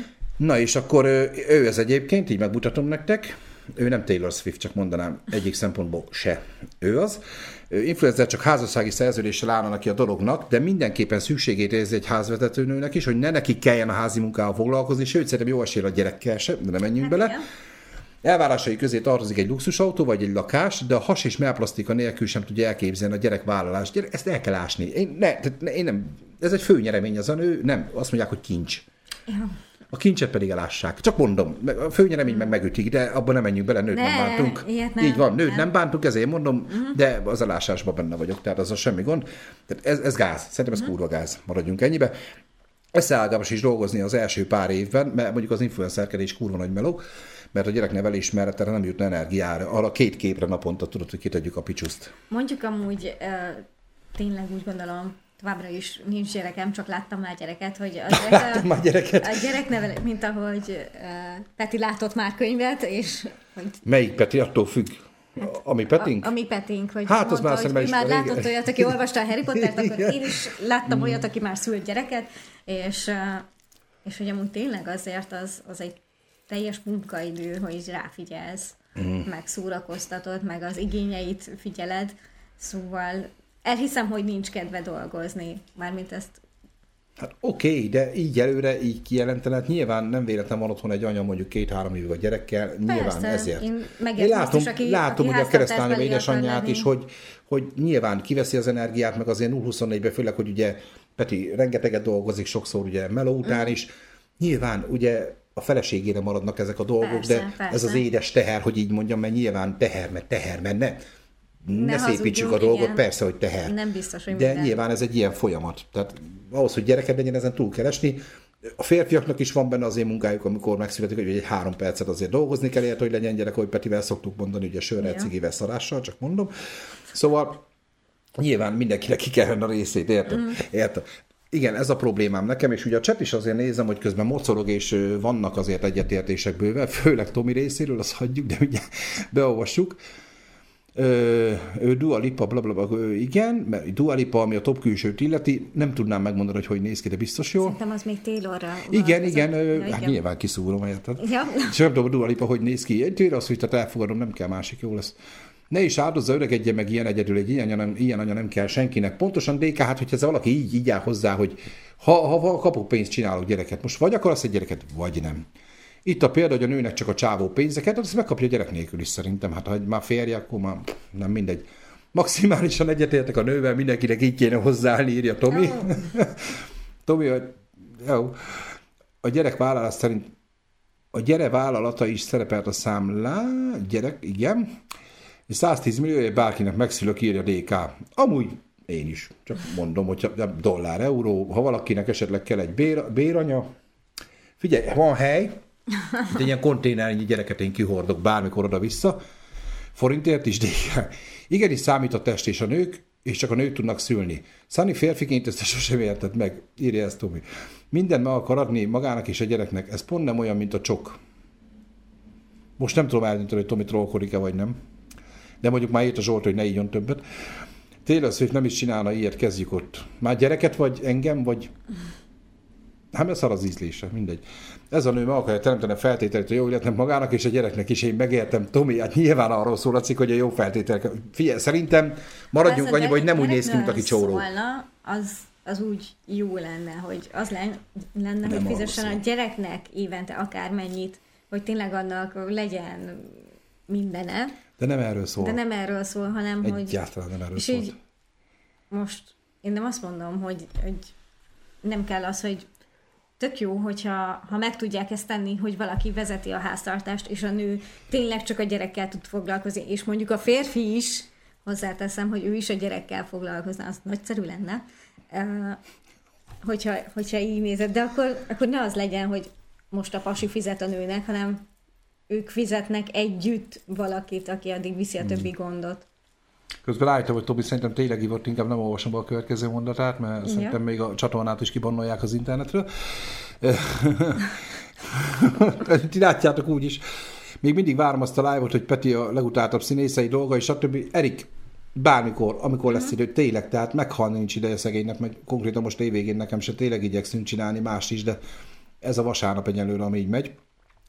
Na és akkor ő ez egyébként, így megmutatom nektek. Ő nem Taylor Swift, csak mondanám egyik szempontból se. Ő az. Influencer csak házassági szerződéssel állna neki a dolognak, de mindenképpen szükségét érzi egy házvezetőnőnek is, hogy ne neki kelljen a házi munkával foglalkozni, sőt, szerintem jó esély a gyerekkel se, de nem menjünk bele. Igen. Elvárásai közé tartozik egy luxusautó vagy egy lakás, de a has és mellplasztika nélkül sem tudja elképzelni a gyerekvállalást. Ezt el kell ásni. Én nem, ez egy főnyeremény az a nő, nem, azt mondják, hogy kincs. Ja. A kincset pedig elássák. Csak mondom, a főnyeremény meg megütik, de abban nem menjünk bele, nőt nem bántunk. Nem, így van, nőt nem bántunk, ezért mondom, de az elásásban benne vagyok, tehát az semmi gond. Tehát ez gáz, szerintem ez kurva gáz, maradjunk ennyibe. Összeállgamos is dolgozni az első pár évben, mert mondjuk az influencerkedés kurva nagy meló, mert a gyereknevelés mellett erre nem jutna energiára. Arra 2 képre naponta tudod, hogy kitegyük a picsuszt. Mondjuk amúgy tényleg úgy gondolom, továbbra is nincs gyerekem, csak láttam már gyereket, hogy a gyereknevelés, mint ahogy Peti látott már könyvet, és... Hogy... Melyik Peti? Attól függ. Ami Petink? Ami Petink, hogy hát az már hogy már látott olyat, aki olvasta a Harry Pottert, akkor én is láttam olyat, aki már szült gyereket, és hogy amúgy tényleg azért az egy teljes munkaidő, hogy ráfigyelsz, meg szórakoztatod, meg az igényeit figyeled, szóval elhiszem, hogy nincs kedve dolgozni, mármint ezt Hát oké, de így előre, így kijelenteni, hát nyilván nem véletlen van otthon egy anya mondjuk 2-3 évig a gyerekkel, nyilván Persze, ezért. én látom, aki hogy a keresztányom édesanyját lenni. is, hogy nyilván kiveszi az energiát, meg azért 0-24-ben, főleg, hogy ugye Peti rengeteget dolgozik, sokszor ugye meló után is. Nyilván ugye a feleségére maradnak ezek a dolgok, Persze, de ez az édes teher, hogy így mondjam, mert nyilván teher, mert ne szépítsük a dolgot, igen. Persze, hogy teher. Nem biztos, hogy de minden. nyilván ez egy ilyen folyamat. Tehát ahhoz, hogy gyereked legyen, ezen túl kell esni. A férfiaknak is van benne az én munkájuk, amikor megszületik, hogy egy 3 percet azért dolgozni kell, hogy legyen gyerek, hogy Petivel szoktuk mondani, ugye sörrel, cigivel, szarással, csak mondom. Szóval nyilván mindenkinek ki kell venni a részét, érted? Igen, ez a problémám nekem, és ugye a chat is azért nézem, hogy közben mocorog, és vannak azért egyetértések bőven, főleg Tomi részéről, azt hagyjuk, de ugye beolvassuk. Dua Lipa, blablabla, igen, mert Dua Lipa, ami a top külsőt illeti, nem tudnám megmondani, hogy néz ki, de biztos jó. Szerintem az még Taylorra. Igen, hát nyilván kiszúrom, érted? Ja. És nem tudom, Dua Lipa, hogy néz ki. Én tényleg azt, hogy elfogadom, nem kell másik, jó lesz. Ne is áldozza, öregedje meg ilyen egyedül, egy ilyen anya nem kell senkinek. Pontosan DK, hát hogyha ez valaki így áll hozzá, hogy ha kapok pénzt, csinálok gyereket. Most vagy akarsz egy gyereket, vagy nem. Itt a példa, hogy a nőnek csak a csávó pénzeket, azt megkapja a gyerek nélkül is szerintem. Hát ha már férje, akkor már nem mindegy. Maximálisan egyetértek a nővel, mindenkinek így kéne hozzáállni, írja Tomi. Oh. Tomi, jó. A gyerek vállalás szerint a gyere vállalata is szerepelt a számlán, gyerek, igen. 110 millió, bárkinek megszülök, írja DK. Amúgy én is, csak mondom, hogy dollár, euró, ha valakinek esetleg kell egy béranya. Figyelj, van hely, de ilyen konténernyi gyereket én kihordok bármikor oda-vissza, forintért is, DK. Igenis számít a test és a nők, és csak a nők tudnak szülni. Szani férfiként ezt sosem érted meg, írja ezt Tomi. Minden meg akar adni magának és a gyereknek, ez pont nem olyan, mint a csok. Most nem tudom eldönteni, hogy Tomi trollkodik-e vagy nem. De mondjuk már írt a Zsolt, hogy ne ígyon többet. Taylor Swift nem is csinálna ilyet, kezdjük ott. Már gyereket vagy engem, vagy... Hát mert szar az ízlése, mindegy. Ez a nő meg akarja teremteni a feltételét a jó életnek magának és a gyereknek is. Én megértem, Tomi, hát nyilván arról szól a cikk, hogy a jó feltételek. Figyelj, szerintem maradjunk annyiba, hogy nem úgy néz ki, mint aki csóró. Szólna, az úgy jó lenne, hogy az lenne, hogy fizessen a gyereknek évente akármennyit, hogy tényleg annak legyen mindene. De nem erről szól. Hanem hogy... Egyáltalán nem erről szólt. Most én nem azt mondom, hogy nem kell az, hogy tök jó, hogyha meg tudják ezt tenni, hogy valaki vezeti a háztartást, és a nő tényleg csak a gyerekkel tud foglalkozni, és mondjuk a férfi is, hozzáteszem, hogy ő is a gyerekkel foglalkozna, az nagyszerű lenne, hogyha így nézed. De akkor ne az legyen, hogy most a pasi fizet a nőnek, hanem ők fizetnek együtt valakit, aki addig viszi a többi gondot. Közben állítom, hogy Tobi szerintem tényleg ivott, inkább nem olvasom be a következő mondatát, mert szerintem még a csatornát is kibannolják az internetről. Ti látjátok úgy is. Még mindig várom azt a live-ot, hogy Peti a legutáltabb színészei dolga, és stb. Erik, bármikor, amikor lesz idő, tényleg, tehát meghalni nincs ideje szegénynek, meg konkrétan most évvégén nekem se tényleg igyekszünk csinálni más is, de ez a vasárnap egyelőre, ami így megy.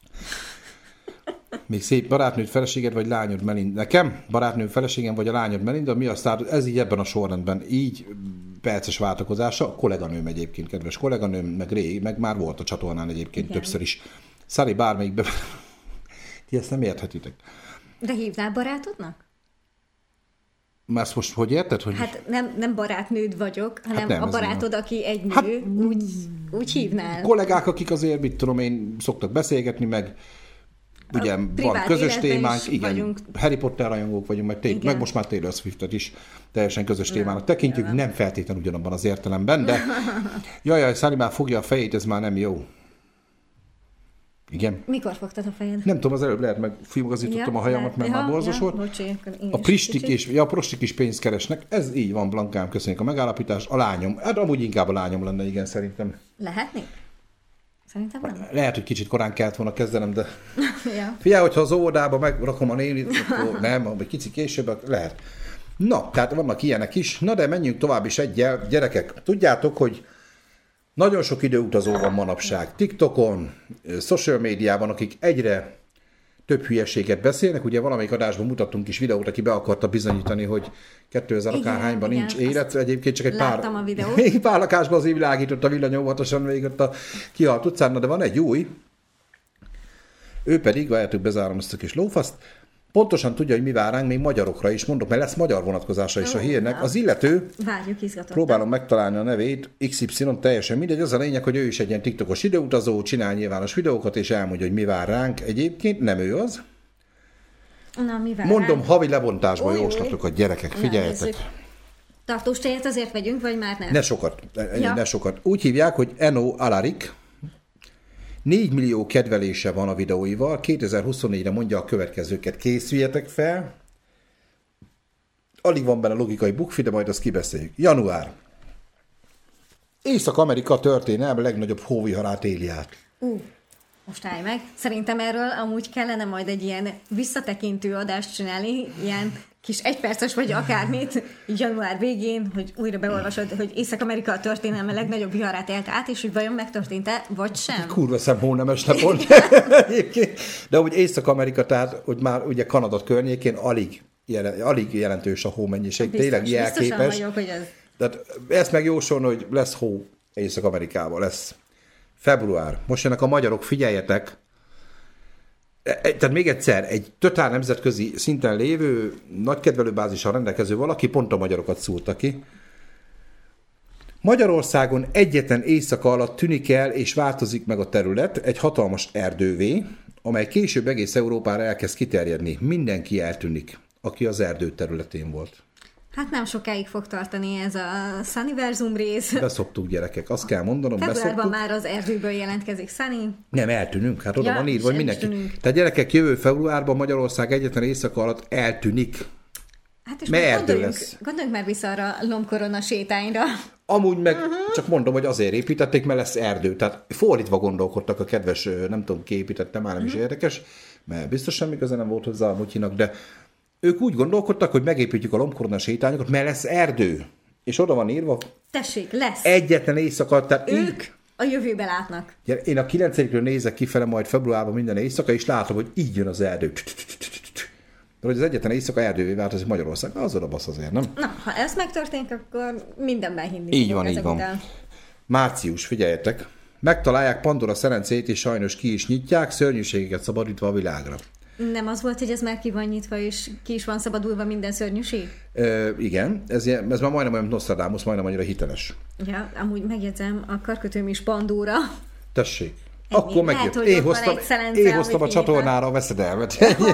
Még szép barátnőd, feleséged, vagy lányod Melinda. Nekem barátnőm, feleségem, vagy a lányod Melinda, mi a sztár? Ez így ebben a sorrendben. Így perces váltakozása. A kolléganőm egyébként, kedves kolléganőm, meg már volt a csatornán egyébként igen. Többször is. Szali bármelyikbe. Ti ezt nem érthetitek. De hívnál barátodnak? Ezt most hogy érted? Hogy... Hát nem barátnőd vagyok, hanem nem, a barátod, aki egy nő, hát, úgy hívnál. Kollégák, akik azért, mit tudom én, szoktak beszélgetni, meg ugye van közös témánk, igen, vagyunk. Harry Potter rajongók vagyunk, meg most már Taylor Swiftet is teljesen közös témának tekintjük, nem feltétlen ugyanabban az értelemben, de jaj, Szali már fogja a fejét, ez már nem jó. Igen. Mikor fogtad a fejed? Nem tudom, az előbb lehet meg filmgazítottam a hajamat, mert már borzos volt. A prostik is pénzt keresnek, ez így van, Blankám, köszönjük a megállapítást. A lányom, hát amúgy inkább a lányom lenne, igen, szerintem. Lehetni? Szerintem nem. Lehet, hogy kicsit korán kellett volna kezdenem, de ja. Figyelj, hogyha az óvodába megrakom a nénit, akkor nem, vagy kicsit később, lehet. Na, tehát vannak ilyenek is. Na, de menjünk tovább is egyel. Gyerekek, tudjátok, hogy nagyon sok időutazó van manapság. TikTokon, social médiában, akik egyre több hülyeséget beszélnek. Ugye valamelyik adásban mutattunk is videót, aki be akarta bizonyítani, hogy 2000 akárhányban nincs élet. Egyébként csak egy pár lakásban azért világított a villany óvatosan végig ott a kihalt utcán, de van egy új. Ő pedig, várjátok, bezárom ezt a kis lófaszt, pontosan tudja, hogy mi vár ránk, még magyarokra is mondok, mert lesz magyar vonatkozása is a hírnek. Az illető, várjuk izgatottan. Próbálom megtalálni a nevét, XY, teljesen mindegy, az a lényeg, hogy ő is egy ilyen TikTokos videóutazó, csinál nyilvános videókat, és elmondja, hogy mi vár ránk. Egyébként nem ő az. Na, mi vár Mondom, ránk? havi lebontásban jóslatokat, gyerekek, figyeljetek. Tartós tejet azért vegyünk, vagy már nem? Ne sokat. Úgy hívják, hogy Eno Alarik. 4 millió kedvelése van a videóival, 2024-re mondja a következőket. Készüljetek fel. Alig van benne logikai bukfi, de majd azt kibeszéljük. Január. Észak-Amerika történelme legnagyobb hóviharát éli át. Most állj meg. Szerintem erről amúgy kellene majd egy ilyen visszatekintő adást csinálni, ilyen kis egyperces vagy akármit, január végén, hogy újra beolvasod, hogy Észak-Amerika a történelme legnagyobb viharát élte át, és hogy vajon megtörtént-e, vagy sem. Kurva szemhónemes napon. De úgy Észak-Amerika, tehát hogy már ugye Kanada környékén alig jelentős a hómennyiség. Tényleg jelképes. Vagyok, hogy ez... Tehát ezt megjósolni, hogy lesz hó Észak-Amerikában, lesz. Február. Most jönnek a magyarok, figyeljetek. Tehát még egyszer, egy totál nemzetközi szinten lévő, nagy kedvelőbázissal rendelkező valaki pont a magyarokat szúrta ki. Magyarországon egyetlen éjszaka alatt tűnik el és változik meg a terület egy hatalmas erdővé, amely később egész Európára elkezd kiterjedni. Mindenki eltűnik, aki az erdő területén volt. Hát nem sokáig fog tartani ez a Sunnyverzum rész. Beszoptuk, gyerekek, azt kell mondanom, Februárban már az erdőből jelentkezik Sunny. Nem, eltűnünk, hát oda van írva, hogy mindenki. Tehát gyerekek, jövő februárban Magyarország egyetlen éjszaka alatt eltűnik. Hát és gondoljunk már vissza arra lombkorona sétányra. Amúgy meg csak mondom, hogy azért építették, mert lesz erdő. Tehát fordítva gondolkodtak a kedves, nem tudom, ki építette, már nem is érdekes, mert biztos semmi köze nem volt hozzá a mutyinak, de ők úgy gondolkodtak, hogy megépítjük a lombkorona sétányokat, mert lesz erdő. És oda van írva. Tessék, lesz. Egyetlen éjszaka. Tehát ők a jövőbe látnak. Én a 9-ről nézek kifele majd februárban minden éjszaka, és látom, hogy így jön az erdő. De hogy az egyetlen éjszaka erdővé változik Magyarország, az oda basz azért, nem? Na, ha ez megtörténik, akkor mindenben hinni. Így van. Március, figyeljetek. Megtalálják Pandora szerencét, és sajnos ki is nyitják, szörnyűségeket szabadítva a világra. Nem az volt, hogy ez már ki van nyitva, és ki is van szabadulva minden szörnyűség? Igen, ez már majdnem olyan Nostradamus, majdnem annyira hiteles. Ja, amúgy megjegyzem, a karkötőm is Pandora. Tessék. Ennyi. Akkor megjött. Én hoztam a csatornára a veszedelmet.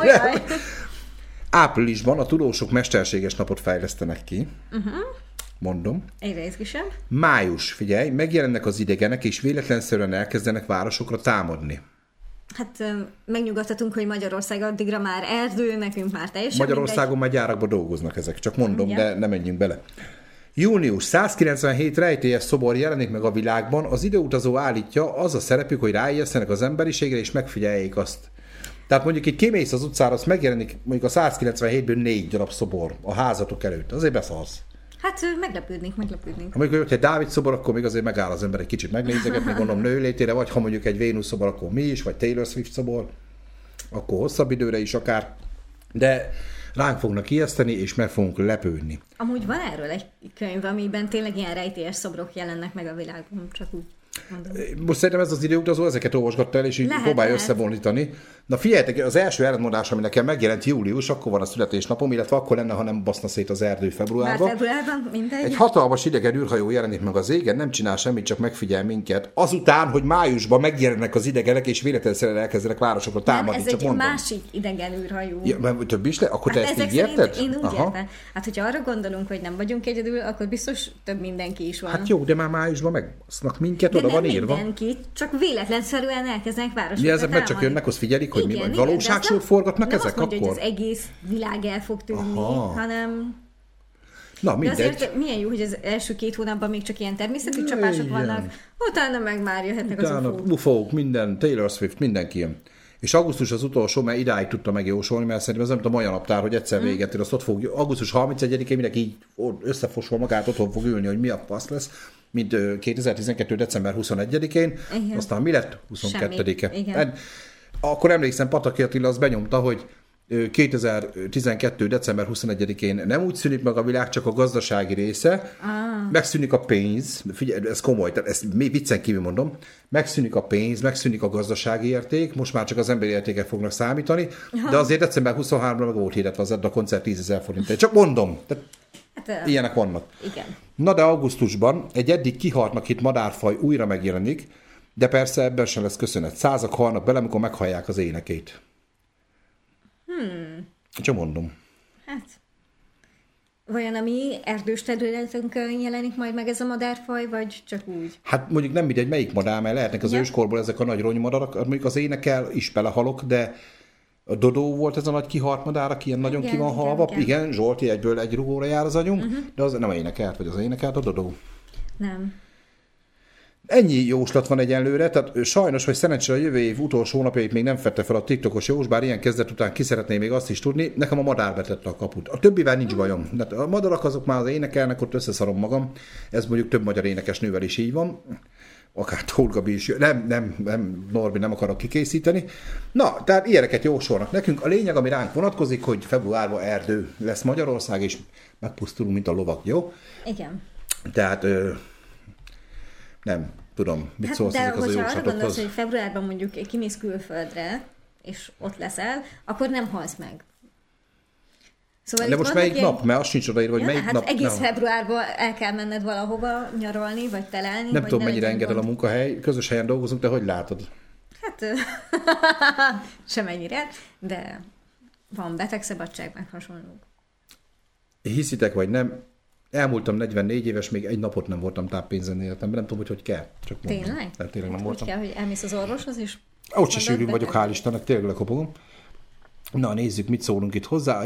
Áprilisban a tudósok mesterséges napot fejlesztenek ki. Mondom. Egyre izgisebb. Május, figyelj, megjelennek az idegenek, és véletlenszerűen elkezdenek városokra támadni. Hát megnyugodhatunk, hogy Magyarország addigra már erdő, nekünk már teljesen Magyarországon már gyárakban dolgoznak ezek, csak mondom, de nem menjünk bele. Június 197 rejtélyes szobor jelenik meg a világban, az időutazó állítja, az a szerepük, hogy ráijesztenek az emberiségre, és megfigyeljék azt. Tehát mondjuk itt kimész az utcára, azt megjelenik mondjuk a 197-ből 4 darab szobor a házatok előtt, azért beszarsz. Hát meglepődnék. Ha mondjuk, hogy Dávid szobor, akkor még azért megáll az ember egy kicsit megnézegetni, gondolom nőlétére, vagy ha mondjuk egy Vénusz szobor, akkor mi is, vagy Taylor Swift szobor, akkor hosszabb időre is akár. De ránk fognak ijeszteni, és meg fogunk lepődni. Amúgy van erről egy könyv, amiben tényleg ilyen rejtélyes szobrok jelennek meg a világon, csak úgy mondom. Most szerintem ez az időutazó, ezeket olvasgatta el, és így próbálja összebonítani. Na figyeljetek, az első ellentmondás, ami nekem megjelent július, akkor van a születésnapom, illetve akkor lenne, ha nem baszna szét az erdő februárban. Már februárban, mindegy. Egy hatalmas idegen űrhajó jelenik meg az égen, nem csinál semmit, csak megfigyel minket. Azután, hogy májusban megjelennek az idegenek, és véletlenszerűen elkezdenek városokra támadni. Ez egy másik idegen űrhajó. Ja, több is le? Akkor te ezt így érted? Én úgy értem. Hát, hogyha arra gondolunk, hogy nem vagyunk egyedül, akkor biztos több mindenki is van. Hát jó, de már májusban megbasznak minket, oda van írva. Mindenki, csak véletlenszerűen elkezdenek városokra támadni. Ezek meg csak jönnek, azt figyelik, hogy mi vagy. Valóságsót forgatnak nem ezek azt mondja, akkor? hogy az egész világ el fog tűnni, hanem... Na, mindegy. De azért milyen jó, hogy az első 2 hónapban még csak ilyen természeti csapások vannak, utána meg már jöhetnek az UFO-k. UFO-k, minden, Taylor Swift, mindenki ilyen. És augusztus az utolsó, mert idáig tudta megjósolni, mert szerintem ez nem tudom, olyan naptár, hogy egyszer véget ér, azt ott fog, augusztus 31-én mindenki így összefosva magát otthon fog ülni, hogy mi a fasz lesz, mint 2012. december 21-én, aztán mi lett? 22-e. akkor emlékszem, Pataki Attila az benyomta, hogy 2012. december 21-én nem úgy szűnik meg a világ, csak a gazdasági része, megszűnik a pénz, figyelj, ez komoly, tehát ezt viccen kívül mondom, megszűnik a pénz, megszűnik a gazdasági érték, most már csak az emberi értékek fognak számítani, de azért december 23-ra meg volt hirdetve az a koncert 10 000 forintért. Csak mondom, tehát ilyenek vannak. Igen. Na de augusztusban egy eddig kihaltnak hit madárfaj újra megjelenik, de persze ebben sem lesz köszönet. Százak halnak bele, amikor meghallják az énekét. Csak mondom. Hát, vajon a mi erdős területünkön jelenik majd meg ez a madárfaj, vagy csak úgy? Hát mondjuk nem mindegy, melyik madár, mert lehetnek az őskorból ezek a nagy ronymadarak, mondjuk az énekel is belehalok, de a Dodó volt ez a nagy kihalt madár, aki ilyen nagyon ki van halva. Igen, Zsolti egyből egy rugóra jár az agyunk, de az nem énekelt, vagy az énekelt a Dodó. Nem. Ennyi jóslat van egyenlőre, tehát sajnos, vagy szerencsére a jövő év utolsó hónapjait még nem fette fel a TikTokos jós, bár ilyen kezdet után ki szeretném még azt is tudni, nekem a madár betette a kaput. A többivel nincs bajom. De a madarak azok már az énekelnek, ott összeszarom magam. Ez mondjuk több magyar énekesnővel is így van. Akár Tóth Gabi is. Nem, Norbi, nem akarok kikészíteni. Na, tehát ilyeneket jósolnak nekünk. A lényeg, ami ránk vonatkozik, hogy februárban erdő lesz Magyarország, és megpusztulunk, mint a lovak, jó? Igen. Tehát... Nem tudom, mit szólsz ezek az a jóslatokhoz. De hogyha arra gondolsz, hogy februárban mondjuk kimész külföldre, és ott leszel, akkor nem halsz meg. Szóval de most melyik nap? Mert azt sincs odaírva, hogy melyik hát nap. Egész februárban el kell menned valahova nyaralni, vagy telelni. Nem tudom, mennyire enged el a munkahely. Közös helyen dolgozunk, de hogy látod? Hát semennyire, de van betegszabadság, meg hasonlók. Hiszitek vagy nem? Elmúltam 44 éves, még egy napot nem voltam táppénzen életemben, nem tudom, hogy kell. Csak tényleg? Nem, tényleg nem voltam. Úgy kell, hogy elmész az orvoshoz, és... Ott se sűrűn vagyok, hál' Istennek, tényleg lekopogom. Na, nézzük, mit szólunk itt hozzá.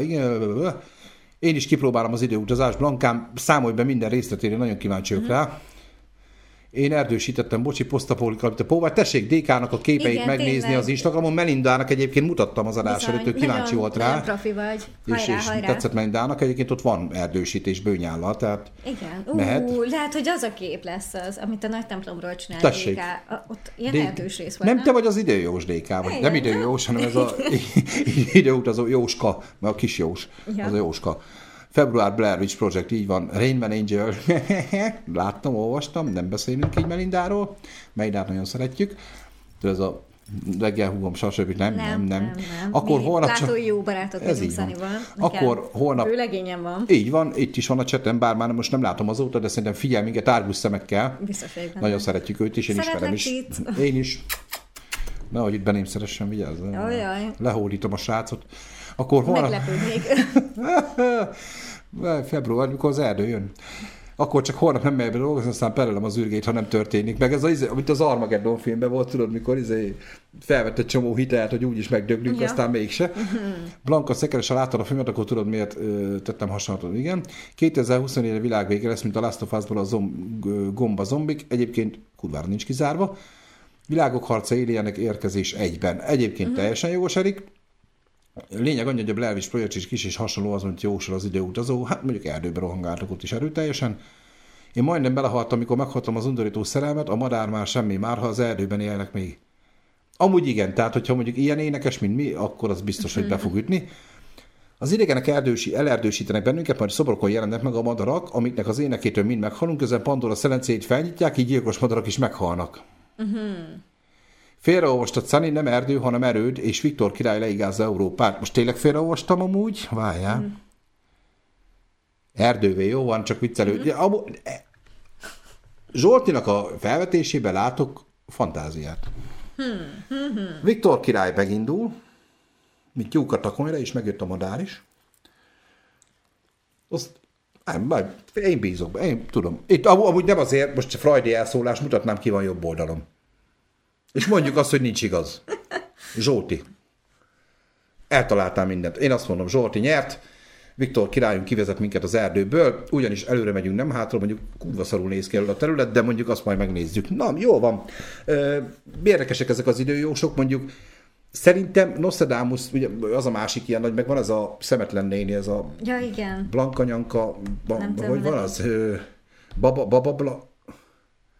Én is kipróbálom az időutazást. Blankám, számolj be minden részletére, nagyon kíváncsi vagyok rá. Én erdősítettem, bocsi, posztapokalipta. Tessék DK-nak a képeit igen, megnézni tényleg. Az Instagramon. Melindának egyébként mutattam az adás előtt, ő kíváncsi volt rá. Nagyon profi vagy. Hajrá, és tetszett Melindának. Egyébként ott van erdősítés bőnyállal, tehát igen. mehet. Lehet, hogy az a kép lesz az, amit a nagy templomról csinál Tessék. DK. Ott ilyen erdős rész van. Nem te vagy az időjós DK, vagy igen, nem időjós, hanem ez a időutazó Jóska, mert a kis Jós, ja. Az a Jóska. Február Blair Witch Project, így van. Rain Man Angel. Láttam, olvastam, nem beszélünk így Melindáról. Melindát nagyon szeretjük. De ez a reggelhúgom, stb. Nem. Akkor mi holnap látói jó barátok vagyunk Szanival. Akkor holnap... Főlegényem van. Így van, itt is van a chaten, bár már most nem látom azóta, de szerintem figyel minket árgus szemekkel. Biztos vagyok. Nagyon szeretjük őt is, én ismerem is. Én is. Nehogy itt beném szeressen, vigyázz. Lehódítom a srácot. Akkor holnap... Meglepődnék. Február, mikor az erdő jön. Akkor csak holnap nem megy be dolgozni, aztán perelem az űrgét, ha nem történik. Meg ez amit az Armageddon filmben volt, tudod, mikor felvett egy csomó hitelt, hogy úgyis megdöglünk, ja. Aztán mégse. Blanka Szekeresen láttad a filmet, akkor tudod, miért tettem hasonlatot. Igen. 2024-re világ vége lesz, mint a Last of Us-ból a gomba zombik. Egyébként kurvára nincs kizárva. Világok harca éljenek érkezés egyben. Egyébként teljesen jogos, Erik. Lényeg annyi, hogy a Blair Witch Project is kis és hasonló az, mint jósor az időutazó. Hát mondjuk erdőbe rohangáltak ott is erőteljesen. Én majdnem belehaltam, amikor meghaltam az undorító szerelmet, a madár már semmi, már ha az erdőben élnek még. Amúgy igen, tehát hogyha mondjuk ilyen énekes, mint mi, akkor az biztos, hogy be fog ütni. Az idegenek elerdősítenek bennünket, majd szobrokon jelennek meg a madarak, amiknek az énekétől mind meghalunk, közben Pandora szelencéjét felnyitják, így gyilkos madarak is meghalnak. Félreolvastad, Szani, nem erdő, hanem erőd, és Viktor király leigázza Európát. Most tényleg félreolvastam amúgy? Várjál. Erdővé, jó van, csak viccelő. Zsoltinak a felvetésében látok fantáziát. Viktor király megindul, mint tyúk a takonyra, és megjött a madár is. Azt én bízok, én tudom. Itt amúgy nem azért, most freudi elszólás, mutatnám, ki van jobb oldalon. És mondjuk azt, hogy nincs igaz. Zsolti. Eltaláltál mindent. Én azt mondom, Zsolti nyert, Viktor királyunk kivezet minket az erdőből, ugyanis előre megyünk, nem hátra, mondjuk kurva szarul néz ki a terület, de mondjuk azt majd megnézzük. Na, jó van. Érdekesek ezek az időjósok, mondjuk szerintem Nostradamus, ugye az a másik ilyen nagy, meg van ez a szemetlen néni, ez a ja, igen. Blankanyanka, hogy van az? Baba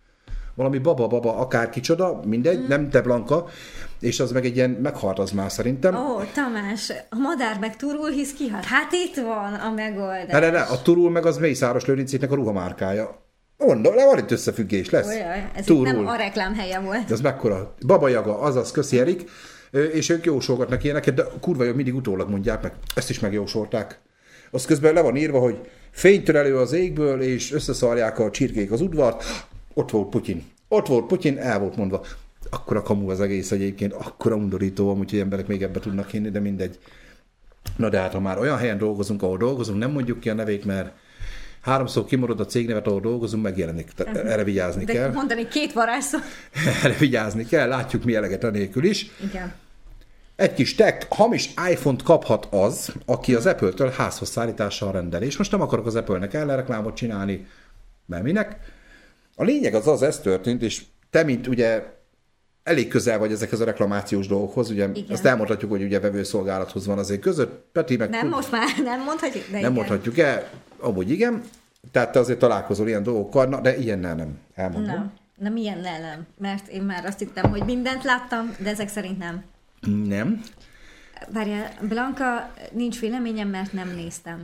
valami baba, akár kicsoda, mindegy, nem te Blanka, és az meg egy ilyen meghalt az már szerintem. Ó, Tamás, a madár meg turul, hisz kihalt. Hát itt van a megoldás. Ne, a turul meg az Mészáros Lőrincéknek a ruhamárkája. Mondom, van itt összefüggés, lesz. Olyan, ez turul. itt nem a reklám helye volt. Ez mekkora? Baba Jaga, azaz, köszi Erik. És ők jósolgatnak ilyeneket, de kurva jó, mindig utólag mondják meg. Ezt is megjósolták. Az közben le van írva, hogy fénytől elő az égből, és összeszarják a csirkék az udvart. Ott volt Putyin, el volt mondva. Akkora kamu az egész egyébként, akkora undorító, amúgy, hogy emberek még ebbe tudnak hinni, de mindegy. Na de hát, ha már olyan helyen dolgozunk, ahol dolgozunk, nem mondjuk ki a nevét, mert 3-szor kimarad a cégnevet, ahol dolgozunk, megjelenik. Erre vigyázni kell. De mondani 2 varázsszó. Erre vigyázni kell, látjuk mi eleget anélkül is. Igen. Egy kis tech, hamis iPhone-t kaphat az, aki az Apple-től házhoz szállítással rendel. És most nem akarok az Apple-nek ellenreklámot csinálni, mert minek. A lényeg az, ez történt, és te, mint ugye elég közel vagy ezekhez a reklamációs dolgokhoz, ugye igen. Azt elmondhatjuk, hogy ugye vevőszolgálathoz van azért között. Peti meg... Nem, most már nem mondhatjuk, de nem igen. mondhatjuk el, amúgy igen. Tehát te azért találkozol ilyen dolgokkal, na, de ilyennel nem, elmondom. Nem ilyennel nem, mert én már azt hittem, hogy mindent láttam, de ezek szerint nem. Nem. Várjál, Blanka, nincs véleményem, mert nem néztem.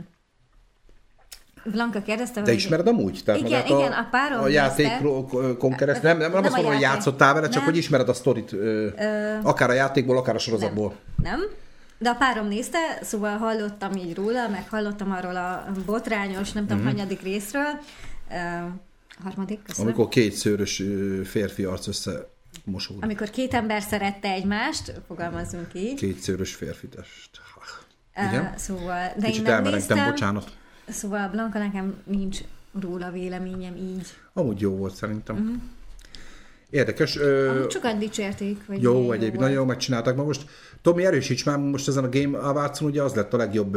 Blanka kérdezte, de ismered amúgy? Tehát igen, a párom a játékon keresztül. Nem azt mondom, hogy játszottál vele, csak hogy ismered a sztorit, akár a játékból, akár a sorozatból. Nem. De a párom nézte, szóval hallottam így róla, meg hallottam arról a botrányos, nem tudom, hanyadik részről. Harmadik, köszönöm. Amikor 2 szőrös férfi arc összemosódik. Amikor 2 ember szerette egymást, fogalmazzunk így. 2 szőrös férfi test. Igen? Szóval, de kicsit én nem néztem. Bocsánat. Szóval Blanka, nekem nincs róla véleményem így. Amúgy jó volt szerintem. Érdekes. Amúgy sokan dicsérték. Hogy jó, egyébként nagyon jól megcsinálták. Ma most, Tomi, erősíts már, most ezen a Game Awards-on ugye az lett a legjobb,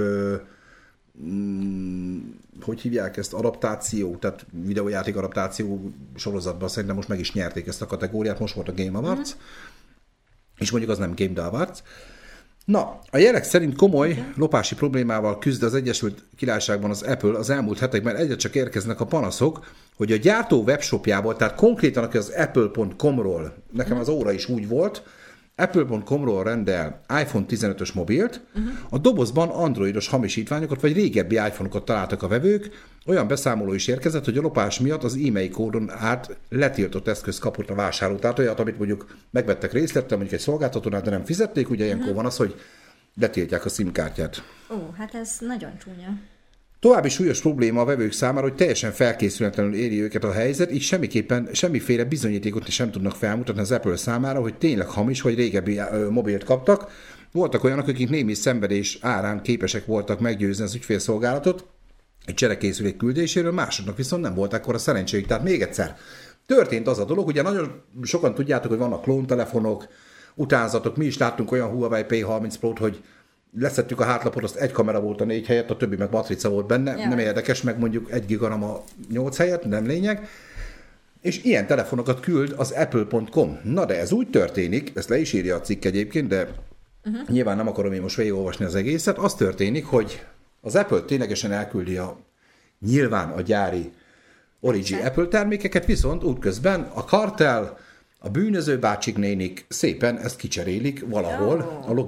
hogy hívják ezt, adaptáció, tehát videójáték adaptáció sorozatban szerintem most meg is nyerték ezt a kategóriát, most volt a Game Awards, és mondjuk az nem Game Awards. Na, a jelek szerint komoly lopási problémával küzd az Egyesült Királyságban az Apple. Az elmúlt hetekben egyre csak érkeznek a panaszok, hogy a gyártó webshopjából, tehát konkrétan aki az apple.com-ról, nekem az óra is úgy volt, apple.com-ról rendel iPhone 15-ös mobilt, a dobozban androidos hamisítványokat vagy régebbi iPhone-okat találtak a vevők, olyan beszámoló is érkezett, hogy a lopás miatt az e-mail kódon át letiltott eszköz kapott a vásárló. Tehát olyat, amit mondjuk megvettek részlettel, mondjuk egy szolgáltatónál, de nem fizették, ugye ilyenkor van az, hogy letiltják a SIM-kártyát. Ó, hát ez nagyon csúnya. További súlyos probléma a vevők számára, hogy teljesen felkészületlenül éri őket a helyzet, így semmiképpen semmiféle bizonyítékot is sem tudnak felmutatni az Apple számára, hogy tényleg hamis vagy régebbi mobilt kaptak. Voltak olyanok, akik némi szenvedés árán képesek voltak meggyőzni az ügyfélszolgálatot egy cserekészülék küldéséről, másoknak viszont nem volt akkora szerencséjük. Tehát még egyszer, történt az a dolog, ugye nagyon sokan tudjátok, hogy vannak klóntelefonok, utánzatok, mi is láttunk olyan Huawei P30 Pro-t, hogy leszettük a hátlapot, azt 1 kamera volt a 4 helyett, a többi meg matrica volt benne, nem érdekes, meg mondjuk 1 gigaram a 8 helyett, nem lényeg. És ilyen telefonokat küld az apple.com. Na de ez úgy történik, ezt le is írja a cikk egyébként, de nyilván nem akarom én most végigolvasni az egészet, az történik, hogy az Apple ténylegesen elküldi nyilván a gyári Origi Apple termékeket, viszont útközben a kartel, a bűnöző bácsik nénik szépen ezt kicserélik valahol a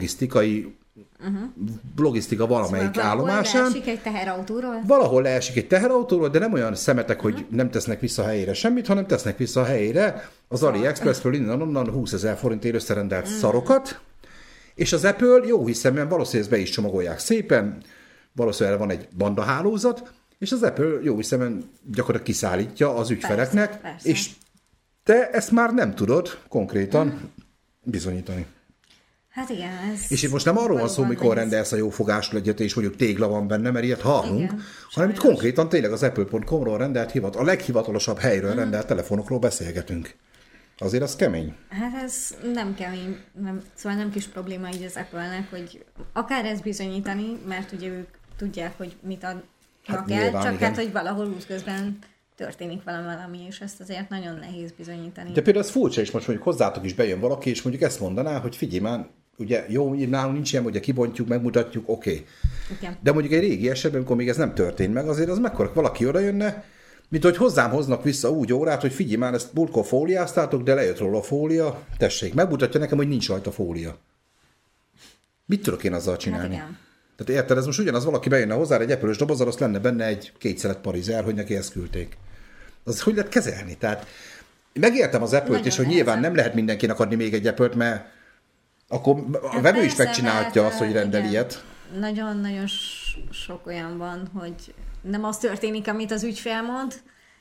logisztika valamelyik állomásán. Valahol leesik egy teherautóról? Valahol leesik egy teherautóról, de nem olyan szemetek, hogy nem tesznek vissza a helyére semmit, hanem tesznek vissza a helyére az AliExpressről innen-onnan 20 000 forintért összerendelt szarokat, és az Apple jó hiszemben valószínűleg be is csomagolják szépen, valószínűleg van egy bandahálózat, és az Apple jó hiszemben gyakorlatilag kiszállítja az ügyfeleknek, persze. És te ezt már nem tudod konkrétan bizonyítani. Hát igen, ez... És itt most nem arról van szó, mikor rendelsz a jófogásról egyet, és mondjuk tégla van benne, mert ilyet hallunk, Igen, hanem itt konkrétan tényleg az apple.com-ról rendelt a leghivatalosabb helyről rendelt telefonokról beszélgetünk. Azért az kemény. Hát ez nem kemény, szóval nem kis probléma így az Apple-nek, hogy akár ezt bizonyítani, mert ugye ők tudják, hogy mit adnak el, csak igen. Hát, hogy valahol útközben történik valami, és ezt azért nagyon nehéz bizonyítani. De például ez furcsa, és most mondjuk hozzátok is bejön valaki, és mondjuk ezt mondaná, hogy figyelj már, ugye jó, nálunk nincs ilyen, hogy kibontjuk, megmutatjuk, oké. Okay. De mondjuk egy régi esetben, amikor még ez nem történt meg, azért az mekkora, valaki oda jönne, Mint hogy hozzám hoznak vissza úgy órát, hogy figyelj már, ezt múltkor fóliáztátok, de lejött róla a fólia, tessék, megmutatja nekem, hogy nincs rajta fólia. Mit tudok én azzal csinálni? Hát igen. Tehát érted, ez most ugyanaz, valaki bejönne hozzá egy Apple-ös dobozzal, azt lenne benne egy 2 szelet parizer, hogy neki ezt küldték. Az hogy lehet kezelni? Tehát megértem az Apple-t is, hogy nyilván nem lehet mindenkinek adni még egy Apple-t, mert akkor a vevő is megcsinálja azt, hogy rendel ilyet. Nagyon-nagyon sok olyan van, hogy nem az történik, amit az ügyfél mond.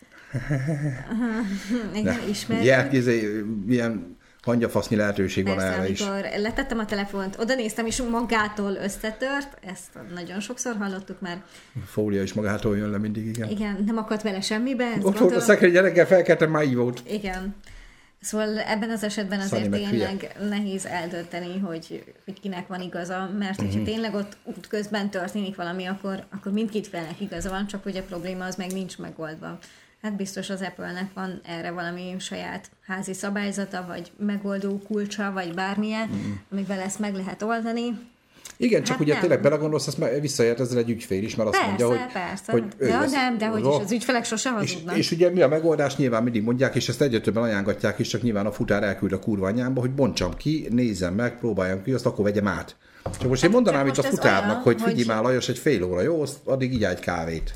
Igen, ismerjük. Ilyen hangyafasznyi lehetőség van erre is. Amikor letettem a telefont, oda néztem, és magától összetört, ezt nagyon sokszor hallottuk már. A fólia is magától jön le mindig, igen. Igen, nem akadt vele semmibe. Ott volt a szekrény, gyerekkel felkeltem, már így volt. Igen. Szóval ebben az esetben azért tényleg nehéz eldönteni, hogy kinek van igaza, mert hogyha tényleg ott útközben történik valami, akkor mindkét félnek igaza van, csak hogy a probléma az meg nincs megoldva. Hát biztos az Apple-nek van erre valami saját házi szabályzata, vagy megoldó kulcsa, vagy bármilyen, amivel ezt meg lehet oldani. Igen, csak ugye tényleg belegondolsz, azt visszaért ezzel egy ügyfél is, mert azt mondja, hogy... Persze, de hogy is az ügyfelek sose hazudnak. És ugye mi a megoldás, nyilván mindig mondják, és ezt egyre többen ajánlatják is, csak nyilván a futár elküld a kurva anyámba, hogy bontsam ki, nézzem meg, próbáljam ki, azt akkor vegyem át. Csak most én mondanám itt a futárnak, olyan, hogy figyelj már Lajos, egy fél óra, jó? Addig így egy kávét.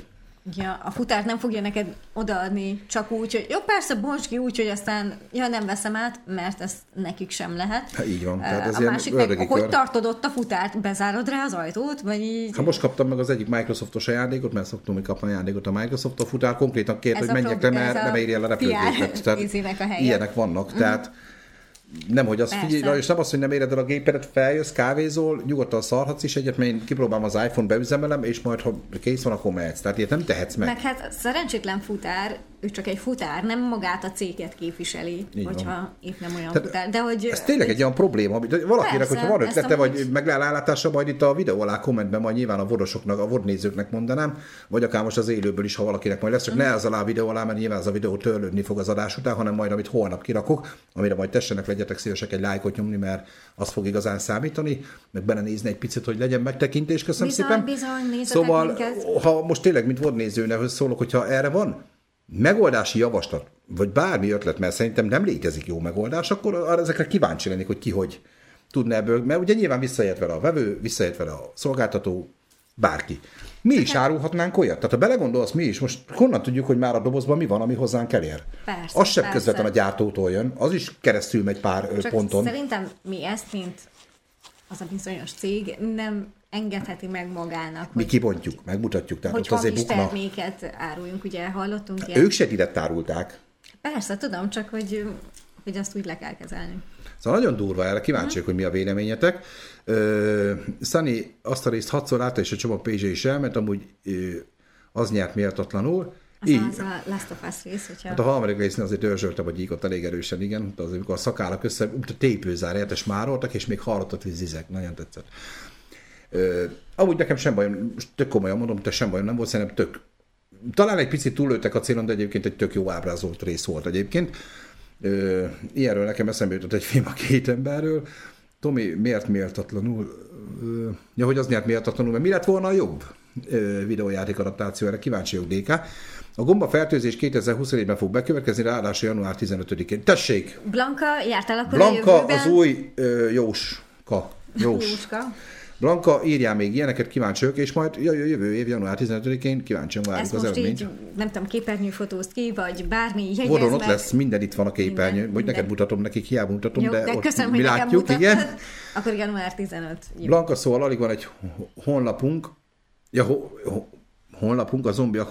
Ja, a futárt nem fogja neked odaadni csak úgy, hogy jó, persze, bonts ki úgy, hogy aztán nem veszem át, mert ezt nekik sem lehet. Ha, így van. Tehát ez a másik meg, hogy tartod ott a futárt, bezárod rá az ajtót, vagy így... Ha most kaptam meg az egyik Microsoftos ajándékot, mert szoktam még kapni ajándékot a Microsoft, a futár konkrétan kért, hogy menjek le, mert nem éri el a repülőgépet. Tehát ilyenek vannak, tehát nem, hogy azt figyelj, és nem azt, hogy nem éred el a gépedet, feljössz, kávézol, nyugodtan szarhatsz is egyet, mert én kipróbálom az iPhone, beüzemelem, és majd, ha kész van, akkor mehetsz. Tehát ilyet nem tehetsz meg. Meg hát szerencsétlen futár, ő csak egy futár, nem magát a céget képviseli, így hogyha van. Itt nem olyan futár. De hogy, ez tényleg egy olyan probléma, hogy valakinek, hogyha van ötlete, vagy meglátása, majd itt a videó alá kommentben, majd nyilván a vodosoknak, a vodnézőknek mondanám, vagy akár most az élőből is, ha valakinek majd lesz, csak ne az alá a videó alá, mert nyilván az a videó törlődni fog az adás után, hanem majd, amit holnap kirakok, amire majd tessenek, legyetek szívesek egy lájkot nyomni, mert az fog igazán számítani, meg belenézni egy picit, hogy legyen megtekintés, köszönöm szépen. Szóval, minket. Ha most tényleg, mint vodnézőnehöz szólok, hogyha erre van megoldási javaslat, vagy bármi ötlet, mert szerintem nem létezik jó megoldás, akkor ezekre kíváncsi lennék, hogy ki hogy tudna ebből, mert ugye nyilván visszaért vele a vevő, visszaért vele a szolgáltató, bárki. Mi is árulhatnánk olyat? Tehát ha belegondolsz, mi is, most honnan tudjuk, hogy már a dobozban mi van, ami hozzánk elér? Persze, az sem közvetlen a gyártótól jön, az is keresztül megy pár csak ponton. Szerintem mi ezt, mint az a bizonyos cég, nem engedheti meg magának. Mi kibontjuk, megmutatjuk. Tehát hogy hamis terméket áruljunk, ugye hallottunk ilyen. Ők se direkt árulták. Persze, tudom, csak hogy azt úgy le kell kezelni. Szóval nagyon durva erre, kíváncsiak, hogy mi a véleményetek. Sunny azt a részt 6-szor látta, és a csomag PJ is elment, amúgy az nyert méltatlanul. Az a Last of Us rész, hogyha... Hát a harmadik részén azért dörzsöltem a gyíkot elég erősen, igen. Az, amikor a szakállak össze, a tépőzár értes mároltak, és még hallottat, hogy zizek. Nagyon tetszett. Amúgy nekem sem bajom, tök komolyan mondom, te sem bajom nem volt, szerintem tök. Talán egy picit túllőttek a célon, de egyébként egy tök jó ábrázolt rész volt egyébként. Ilyenről nekem eszembe jutott egy film a két emberről. Tomi, miért méltatlanul? Hogy az nyert méltatlanul, mert mi lett volna a jobb videójáték adaptáció, erre kíváncsi vagyok, DK. A gombafertőzés 2021-ben fog bekövetkezni, ráadásul január 15-én. Tessék! Blanka, jártál akkor Blanka, a jövőben? az új Jóska. Jóska. Blanka, írjál még ilyeneket, kíváncsi vagyok, és majd jövő év január 15-én kíváncsian várjuk az eredményt. Ezt most így, nem tudom, képernyőfotózt ki, vagy bármi jegyez Vodon ott meg. lesz, minden itt van a képernyőn, vagy neked mutatom, nekik hiába mutatom, jó, de köszönöm, mi látjuk, igen. Akkor január 15. Jó. Blanka, szóval alig van egy honlapunk, honlapunk, a zombi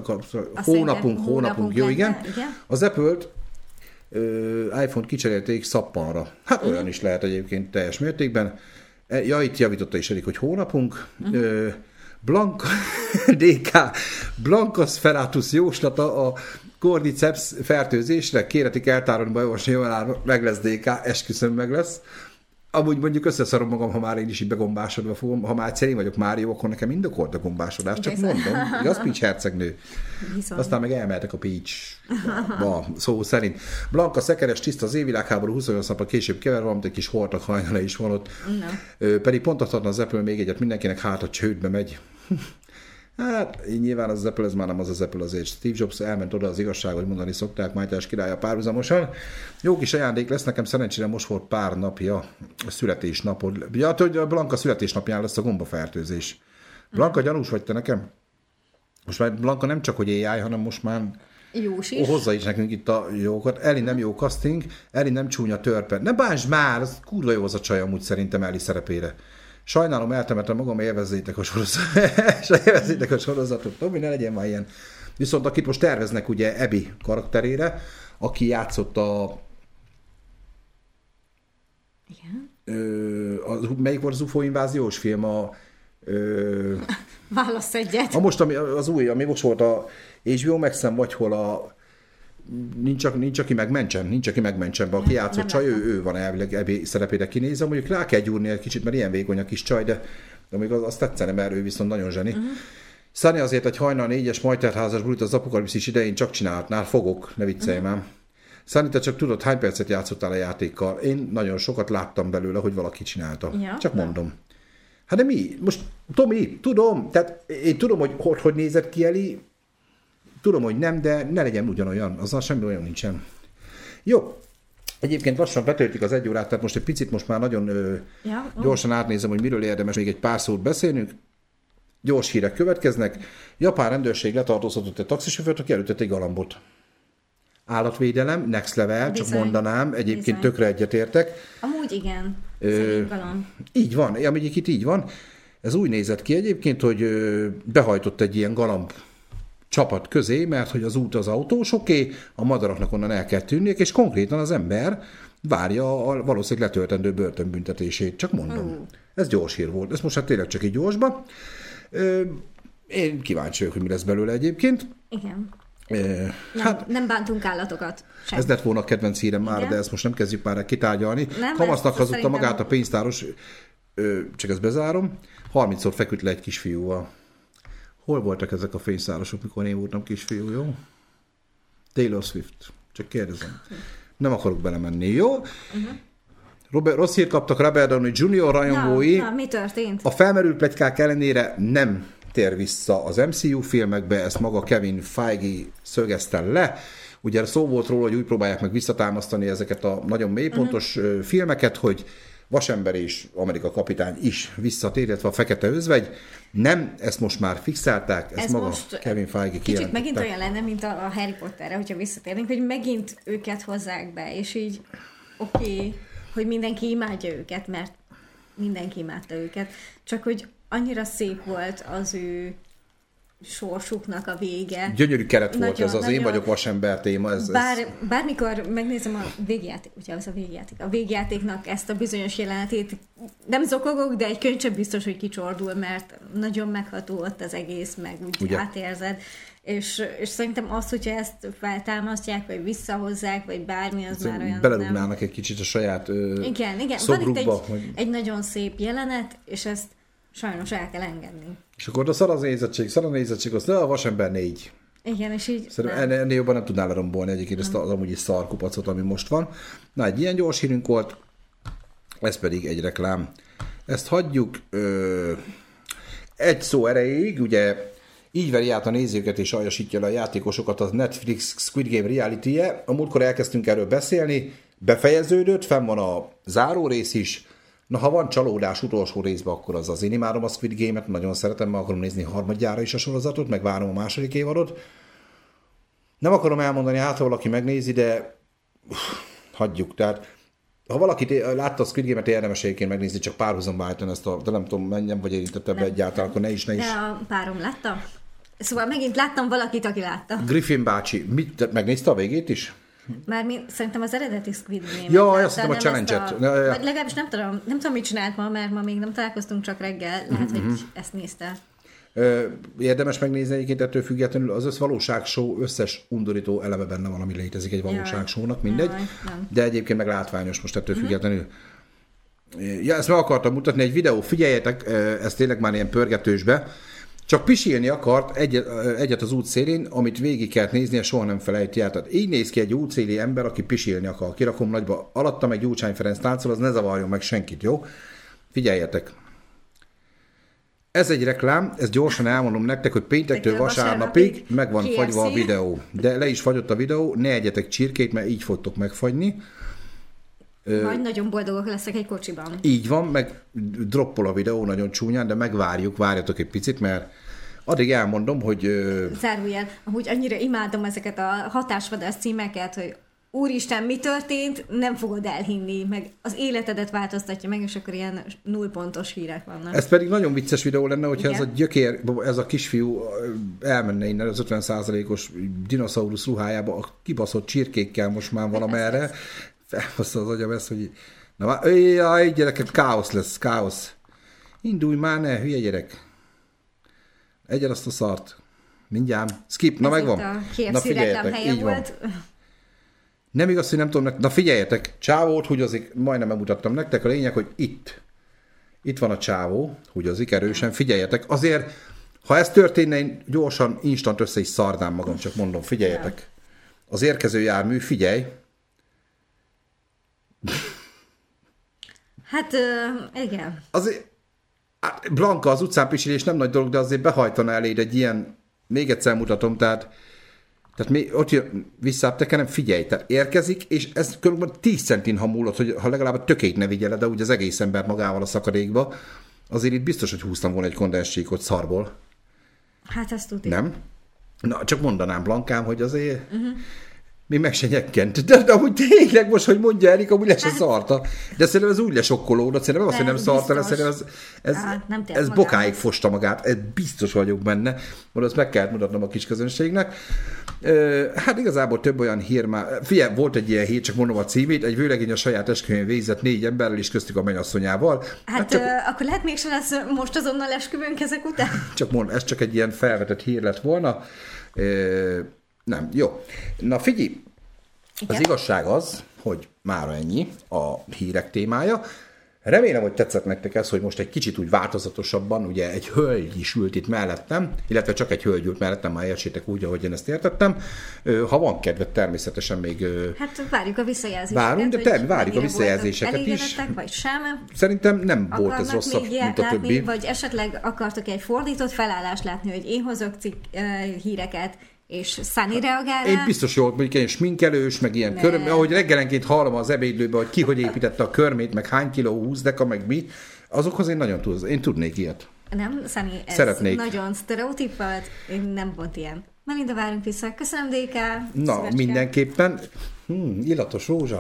hónapunk, jó, igen. Az Apple-t iPhone-t kicserélték szappanra. Hát olyan is lehet egyébként teljes mértékben. Ja, itt javította is elég, hogy hónapunk. Blanka, DK, Blanca Sferatus jóslata a cordyceps fertőzésre. Kéretik eltárolni bajorvosni, jól meg lesz DK, esküszöm meg lesz. Amúgy mondjuk összeszarom magam, ha már én is így begombásodva fogom. Ha már egyszer én vagyok Mário, akkor nekem indokolt a gombásodás. Csak mondom, igaz, Peach hercegnő. Viszont. Aztán meg elmehetek a Peach szó szerint. Blanka szekeres, tiszta az évvilágháború 28 napra később kever, valamint egy kis holtak hajnala is van ott. No. Pedig pont adhatna az Apple még egyet mindenkinek, hát a csődbe megy. Hát, nyilván az Apple, ez már nem az az Apple azért. Steve Jobs elment oda az igazság, hogy mondani szokták, Mátyás királya párhuzamosan. Jó kis ajándék lesz, nekem szerencsére most volt pár napja a születésnapod. Ja, hogy a Blanka születésnapján lesz a gombafertőzés. Blanka, gyanús vagy te nekem? Most már Blanka nem csak, hogy AI, hanem most már Jós is. Hozza is nekünk itt a jókat. Eli nem jó casting, Eli nem csúnya törpe. Ne bántsd már, az kurva jó az a csaj amúgy szerintem Eli szerepére. Sajnálom, eltemetem magam, élvezzétek a sorozatot. Tomi, ne legyen már ilyen. Viszont akit most terveznek ugye Abby karakterére, aki játszott Igen. Melyik volt az UFO inváziós film? Válasz egyet. Most, az új, ami most volt a HBO Maxen, vagy hol nincs, aki megmentsen, be, aki játszott csaj, ő van elvileg Abby szerepére kinézve, mondjuk rá kell gyúrni egy kicsit, mert ilyen vékony a kis csaj, de még azt tetszene, mert ő viszont nagyon zseni. Sunny azért egy hajnal 4-es majterházas bulit az apokalipszis idején csak csináltnál, fogok, ne viccelj már. Sunny, te csak tudod, hány percet játszottál a játékkal? Én nagyon sokat láttam belőle, hogy valaki csinálta. Ja, csak mondom. Hát de mi? Most, Tomi, tudom, tehát én tudom, hogy nézett ki Eli, tudom, hogy nem, de ne legyen ugyanolyan, azzal semmi olyan nincsen. Jó, egyébként lassan betöltjük az 1 órát, tehát most egy picit most már nagyon gyorsan átnézem, hogy miről érdemes még egy pár szót beszélnünk. Gyors hírek következnek. Japán rendőrség letartóztatott egy taxisofőrt, aki elütött egy galambot. Állatvédelem, next level, csak mondanám, egyébként tökre egyetértek. Amúgy igen, szerint galamb. Így van, amíg itt így van. Ez úgy nézett ki egyébként, hogy behajtott egy ilyen galamb csapat közé, mert hogy az út az autósoké, a madaraknak onnan el kell tűnniük, és konkrétan az ember várja a valószínűleg letöltendő börtönbüntetését. Csak mondom. Ez gyors hír volt. Ez most hát tényleg csak így gyorsba. Én kíváncsi vagyok, hogy mi lesz belőle egyébként. Igen. Nem bántunk állatokat. Sem. Ez lett volna a kedvenc hírem már, de ezt most nem kezdjük már kitárgyalni. Kamasznak hazudta magát a pénztáros, csak ezt bezárom, 30-szor feküdt le egy kisfiúval. Hol voltak ezek a fényszárosok, mikor én voltam kisfiú, jó? Taylor Swift. Csak kérdezem. Nem akarok belemenni, jó? Rossz hírt kaptak Robert Downey Jr. rajongói. Na, mi történt? A felmerült pletykák ellenére nem tér vissza az MCU filmekbe, ezt maga Kevin Feige szögezte le. Ugye szó volt róla, hogy úgy próbálják meg visszatámasztani ezeket a nagyon mélypontos filmeket, hogy Vasember és Amerika kapitány is visszatér, illetve a Fekete Özvegy. Nem, ezt most már fixálták, ezt maga Kevin Feige kijelentette. Kicsit megint olyan lenne, mint a Harry Potterre, hogyha visszatérnénk, hogy megint őket hozzák be, és így oké, hogy mindenki imádja őket, mert mindenki imádta őket, csak hogy annyira szép volt az ő sorsuknak a vége. Gyönyörű keret volt ez az Én vagyok vasember téma. Bármikor megnézem a végjáték, ugye az a végjátéknak ezt a bizonyos jelenetét, nem zokogok, de egy könyv sem biztos, hogy kicsordul, mert nagyon megható ott az egész, meg úgy ugye? Átérzed. És szerintem az, hogyha ezt feltámasztják, vagy visszahozzák, vagy bármi, az már olyan belerúgnának egy kicsit a saját igen. szobrukba. Van itt egy nagyon szép jelenet, és ezt sajnos el kell engedni. És akkor a szaranézettség, az a Vasember 4. Igen, és így... Szerintem ennél jobban nem tudnál lerombolni egyébként ezt az amúgy is szarkupacot, ami most van. Na, egy ilyen gyors hírünk volt, ez pedig egy reklám. Ezt hagyjuk egy szó erejéig, ugye így veri át a nézőket és aljasítja le a játékosokat az Netflix Squid Game reality-je. A múltkor elkezdtünk erről beszélni, befejeződött, fenn van a záró rész is. Na, ha van csalódás utolsó részben, akkor az én imádom a Squid Game-et, nagyon szeretem, mert akarom nézni harmadjára is a sorozatot, meg várom a második évadot. Nem akarom elmondani, hát ha valaki megnézi, de hagyjuk. Tehát, ha valaki látta a Squid Game-et, érdemes egyébként megnézni, csak párhuzamba állítani ezt de nem tudom, mennyien vagy érintett ebbe egyáltalán, akkor ne is. De a párom látta? Szóval megint láttam valakit, aki látta. Griffin bácsi, megnézte a végét is? Szerintem az eredeti Squid Game-et. Ja, azt hittem a challenge-et. Vagy legalábbis nem tudom, mit csinált ma, mert ma még nem találkoztunk, csak reggel. Lehet, hogy ezt nézte. Érdemes megnézni egyébként ettől függetlenül, az valóságshow összes undorító eleme benne van, ami létezik egy valóságshow-nak, mindegy. De egyébként meg látványos most ettől függetlenül. Ja, ezt meg akartam mutatni, egy videó, figyeljetek, ez tényleg már ilyen pörgetősbe. Csak pisilni akart egyet az útszélén, amit végig kellett néznie, soha nem felejti el. Tehát így néz ki egy útszéli ember, aki pisilni akar. Kirakom nagyba. Alattam egy Gyurcsány Ferenc táncol, az ne zavarjon meg senkit, jó? Figyeljetek! Ez egy reklám, ezt gyorsan elmondom nektek, hogy péntektől vasárnapig meg van fagyva a videó. De le is fagyott a videó, ne egyetek csirkét, mert így fogtok megfagyni. Majd nagyon boldogok leszek egy kocsiban. Így van, meg droppol a videó nagyon csúnyán, de várjatok egy picit, mert addig elmondom, hogy... Zárójel, amúgy annyira imádom ezeket a hatásvadász címeket, hogy úristen, mi történt, nem fogod elhinni, meg az életedet változtatja meg, és akkor ilyen nullpontos hírek vannak. Ez pedig nagyon vicces videó lenne, hogyha igen? Ez a gyökér, ez a kisfiú elmenne innen az 50%-os dinoszaurusz ruhájába, a kibaszott csirkékkel most már valamerre. Felhozta az agyam ezt, hogy na már, jaj, gyerekek, káosz lesz, káosz. Indulj már, ne, hülye gyerek. Egyen azt a szart. Mindjárt. Skip, na megvan. Na figyeljetek, így volt. Van. Nem igaz, hogy nem tudom nektek. Na figyeljetek, csávót húgyozik, majdnem megmutattam nektek. A lényeg, hogy itt van a csávó, húgyozik erősen, figyeljetek. Azért, ha ez történne, én gyorsan, instant össze is szarnám magam, csak mondom, figyeljetek. Az érkező jármű, figyelj. Hát, igen. Azért, Blanka, az utcán pisilés nem nagy dolog, de azért behajtana eléd egy ilyen, még egyszer mutatom, tehát ott jön visszább, figyelj, tehát érkezik, és ez kb. 10 centin hamulod, hogy ha legalább a tökét ne vigye le, de úgy az egész ember magával a szakadékba, azért itt biztos, hogy húztam volna egy kondenscsíkot szarból. Hát ezt tudjuk. Nem? Na, csak mondanám Blankám, hogy azért... Mi meg se nyekkent. De amúgy tényleg most, hogy mondja Erik, amúgy le se szarta. De szerintem ez úgy lesokkolódott, szerintem nem azt, hogy nem szarta, de szerintem ez bokáig fosta magát. Ez biztos vagyok benne. Mondom, azt meg kellett mutatnom a kis közönségnek. Hát igazából több olyan hír már. Figyelj, volt egy ilyen hír, csak mondom a címét, egy vőlegény a saját esküvőn végzett 4 emberrel, és köztük a mennyasszonyával. Hát csak... akkor lehet mégsem lesz most azonnal esküvőnk ezek után? Csak mondom, ez csak egy ilyen felvetett hír lett volna. Nem, jó. Na figyelj, az igazság az, hogy mára ennyi a hírek témája. Remélem, hogy tetszett nektek ez, hogy most egy kicsit úgy változatosabban, ugye egy hölgy is ült itt mellettem, illetve csak egy hölgy ült mellettem, már értsétek úgy, ahogy én ezt értettem. Ha van kedved, természetesen még... Hát várjuk a visszajelzéseket. Várjuk a visszajelzéseket is. Vagy sem. Szerintem nem volt ez rosszabb, mint a többi. Vagy esetleg akartok egy fordított felállást látni, hogy én hozok híreket, és Sunny reagál. Én biztos jól, mondjuk ilyen sminkelős, meg ilyen körm, ahogy reggelenként hallom az ebédlőben, hogy ki hogy építette a körmét, meg hány kiló 20 deka, meg mi, azokhoz én nagyon én tudnék ilyet. Nem, Sunny, ez szeretnék. Nagyon sztereotípát, én nem volt ilyen. Melinda, várunk vissza. Köszönöm, DK. Na, szívecske. Mindenképpen. Illatos rózsa.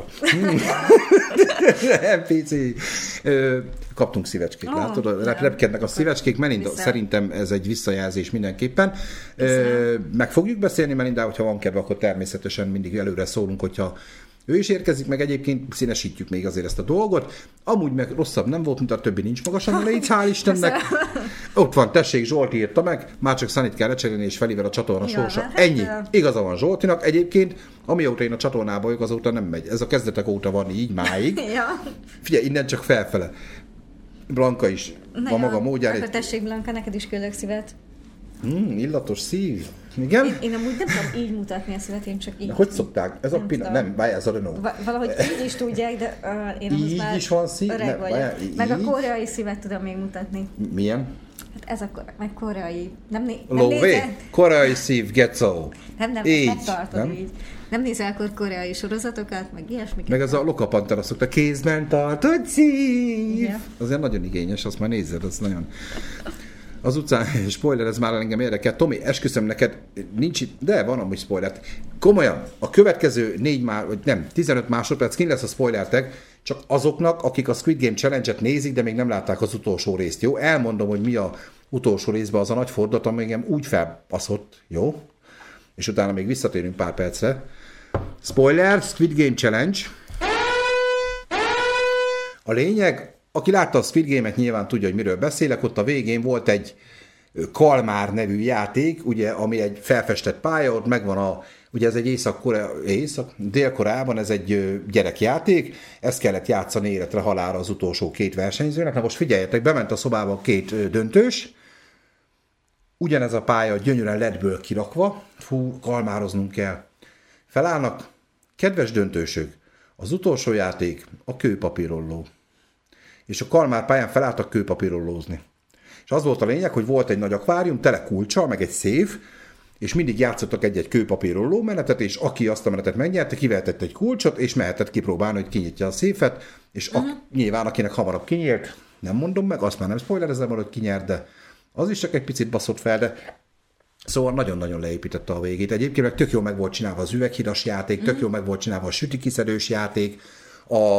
MPC. Kaptunk szívecskét, látod? Repkednek a szívecskék. Melinda, szerintem ez egy visszajelzés mindenképpen. Meg fogjuk beszélni Melindával, hogyha van kedve, akkor természetesen mindig előre szólunk, hogyha ő is érkezik, meg egyébként színesítjük még azért ezt a dolgot. Amúgy meg rosszabb nem volt, mint a többi, nincs magasan, de így hál' Istennek. Ott van, tessék, Zsolti írta meg, már csak Sunnyt kell lecserélni, és felível a csatorna sorsa. Ennyi. Igaza van Zsoltinak. Egyébként, amióta én a csatornába vagyok, azóta nem megy. Ez a kezdetek óta van így máig. Figyelj, innen csak felfele. Blanka is van maga módján. Akkor tessék, Blanka, neked is küldök szívet. Illatos szív. Igen? Én amúgy nem tudom így mutatni a szívet, én csak így. De hogy szokták? Ez a Pinot? Nem, várj, ez a Renault. Valahogy így is tudják, de én ahhoz így már is van szív? öreg vagyok. Meg a koreai szívet tudom még mutatni. Milyen? Hát ez a meg koreai. Nem Lóvé? Koreai szív, getszó. Nem tartod így. Nem nézel akkor koreai sorozatokat, meg ilyesmiket? Meg az a Loka Pantera szokta, kézben tartod szív. Yeah. Azért nagyon igényes, azt már nézzed, az nagyon... Az utcán, spoiler, ez már engem érdekel. Tomi, esküszöm neked, nincs itt, de van amúgy spoiler. Komolyan, a következő 15 másodperc kint lesz a spoiler tag, csak azoknak, akik a Squid Game Challenge-et nézik, de még nem látták az utolsó részt, jó? Elmondom, hogy mi a utolsó részben az a nagy fordulat, ami engem úgy felbaszott, jó? És utána még visszatérünk pár percre. Spoiler, Squid Game Challenge. A lényeg, aki látta a Squid Game-et, nyilván tudja, hogy miről beszélek. Ott a végén volt egy Kalmár nevű játék, ugye, ami egy felfestett pálya, ott megvan ugye ez egy Dél-Koreában ez egy gyerekjáték, ezt kellett játszani életre halálra az utolsó 2 versenyzőnek. Na most figyeljetek, bement a szobába 2 döntős, ugyanez a pálya gyönyörűen ledből kirakva, kalmároznunk kell. Felállnak, kedves döntősök, az utolsó játék a kőpapírolló. És a kalmár pályán felálltak kőpapírollózni. És az volt a lényeg, hogy volt egy nagy akvárium, tele kulccsal, meg egy széf, és mindig játszottak egy-egy kőpapíron lómenetet, és aki azt a menetet megnyerte, kivehetett egy kulcsot, és mehetett kipróbálni, hogy kinyitja a széfet, és nyilván akinek hamarabb kinyílt, nem mondom meg, azt már nem spoilerezem, hogy kinyert, de az is csak egy picit baszott fel, de szóval nagyon-nagyon leépítette a végét. Egyébként meg tök jó meg volt csinálva az üveghidas játék, tök jó meg volt csinálva a sütikiszedős játék, a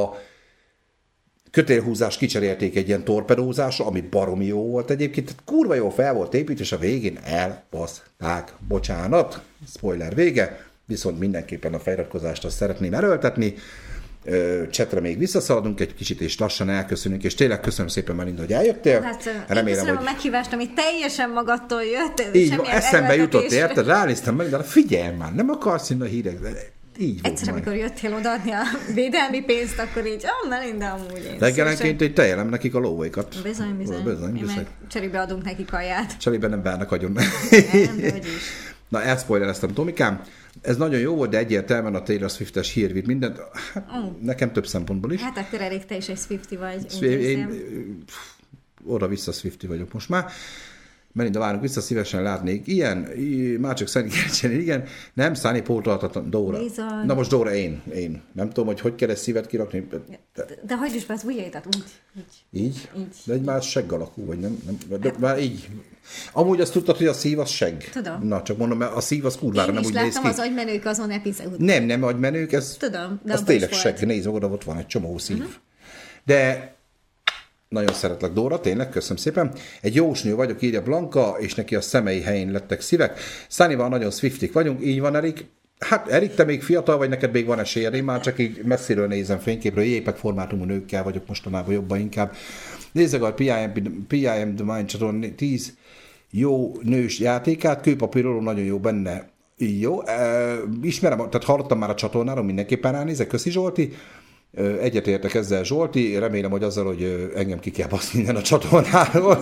kötélhúzás kicserélték egy ilyen torpedózásra, ami baromi jó volt egyébként, tehát kurva jó fel volt épít, és a végén elbaszták. Bocsánat, spoiler vége, viszont mindenképpen a feliratkozást azt szeretném erőltetni. Csetre még visszaszaladunk egy kicsit, és lassan elköszönünk, és tényleg köszönöm szépen, Melinda, hogy eljöttél. Remélem, köszönöm a meghívást, ami teljesen magadtól jött. Így eszembe jutott, érted? Ránéztem, Melinda, figyelj már, nem akarsz innen a hírek, de így egyszer, amikor jöttél odaadni a védelmi pénzt, akkor így, Melinda, amúgy én. Reggelenként egy tejelem nekik a lóvékat. Bizony. Mi meg cserébe adunk neki kaját. Cserébe nem várnak agyon. Nem, de hogy is. Na, elspoilereztem, Tomikám. Ez nagyon jó volt, de egyértelműen a Taylor Swift-es hír vitt mindent. Nekem több szempontból is. Hát akkor elég te is egy Swiftie vagy. Én oda-vissza Swiftie vagyok most már. Melinda, várunk vissza, szívesen látnék. Ilyen, már csak Sunny kell igen. Nem, Sunny pótolhatatlan, Dóra. Bizony. Na most Dóra, én. Nem tudom, hogy kell ezt szívet kirakni. De hagyd is be az ujjaidat, úgy. Így? De egy már segg alakú, vagy nem? De már így. Amúgy azt tudtad, hogy a szív az segg. Tudom. Na, csak mondom, mert a szív az kurvára nem úgy néz ki. Én is láttam az agymenők azon epizódban. Nem agymenők, ez tudom, de az tényleg segg. Nézd, oda ott van egy csomó szív. De nagyon szeretlek, Dóra, tényleg, köszönöm szépen. Egy jósnő vagyok, írja Blanka, és neki a szemei helyén lettek szívek. Sunnyval nagyon Swiftik vagyunk, így van, Erik. Hát, Erik, te még fiatal vagy, neked még van esélyed, én már csak így messziről nézem fényképről, épek formátumú nőkkel vagyok mostanában jobban inkább. Nézzek a PIM The Mind csatorn 10 jó nős játékát, kőpapírról nagyon jó benne. Jó, ismerem, tehát hallottam már a csatornáról, mindenképpen ránézek, köszi Zsolti. Egyetértek ezzel, Zsolti, remélem, hogy azzal, hogy engem ki kell baszni minden a csatornáról.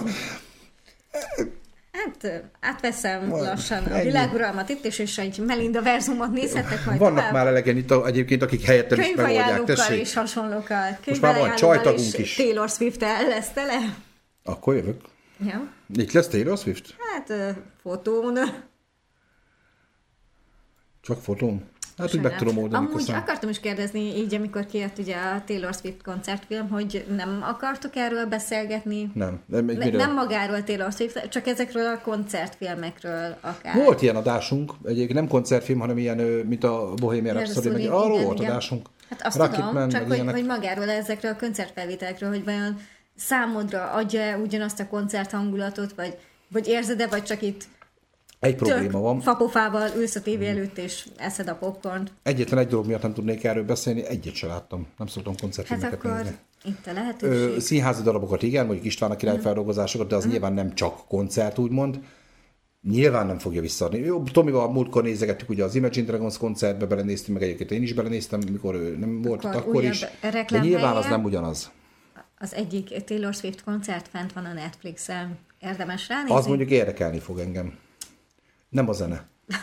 Hát átveszem lassan a világuralmat itt, és egy Melinda verzumot nézhettek majd vannak tovább. Már elegen itt egyébként, akik helyettem is megoldják, tessék. És hasonlókkal. Most már van csajtagunk is. Taylor Swift-tel lesz tele. Akkor jövök. Ja. Itt lesz Taylor Swift? Hát fotón. Csak fotón? Hát úgy meg tudom oldani. Amúgy akartam is kérdezni, így amikor kijött ugye a Taylor Swift koncertfilm, hogy nem akartok erről beszélgetni? Nem. Nem magáról Taylor Swift, csak ezekről a koncertfilmekről akár. Volt ilyen adásunk, egyébként nem koncertfilm, hanem ilyen, mint a Bohemian Rhapsody, arról volt adásunk. Hát azt tudom, csak hogy magáról ezekről a koncertfelvételekről, hogy vajon számodra adja ugyanazt a koncert hangulatot, vagy érzed-e, vagy csak itt egy probléma van. Fapofával ülsz a tévé előtt, és eszed a popcornt. Egyetlen egy dolog miatt nem tudnék erről beszélni, egyet se láttam. Nem szoktam koncertfilmeket nézni. Hát akkor itt a lehetőség. Színházi darabokat igen, mondjuk István a király feldolgozásokat, de az nyilván nem csak koncert, úgymond. Nyilván nem fogja visszaadni. Jó, Tomival múltkor nézegettük, ugye az Imagine Dragons koncertbe belenéztünk, meg egyébként én is belenéztem, mikor ő nem volt itt akkor is. De nyilván az nem ugyanaz. Az egyik Taylor Swift koncert fent van a Netflixen. Érdemes ránézni? Az mondjuk érdekelni fog engem. Nem a zene.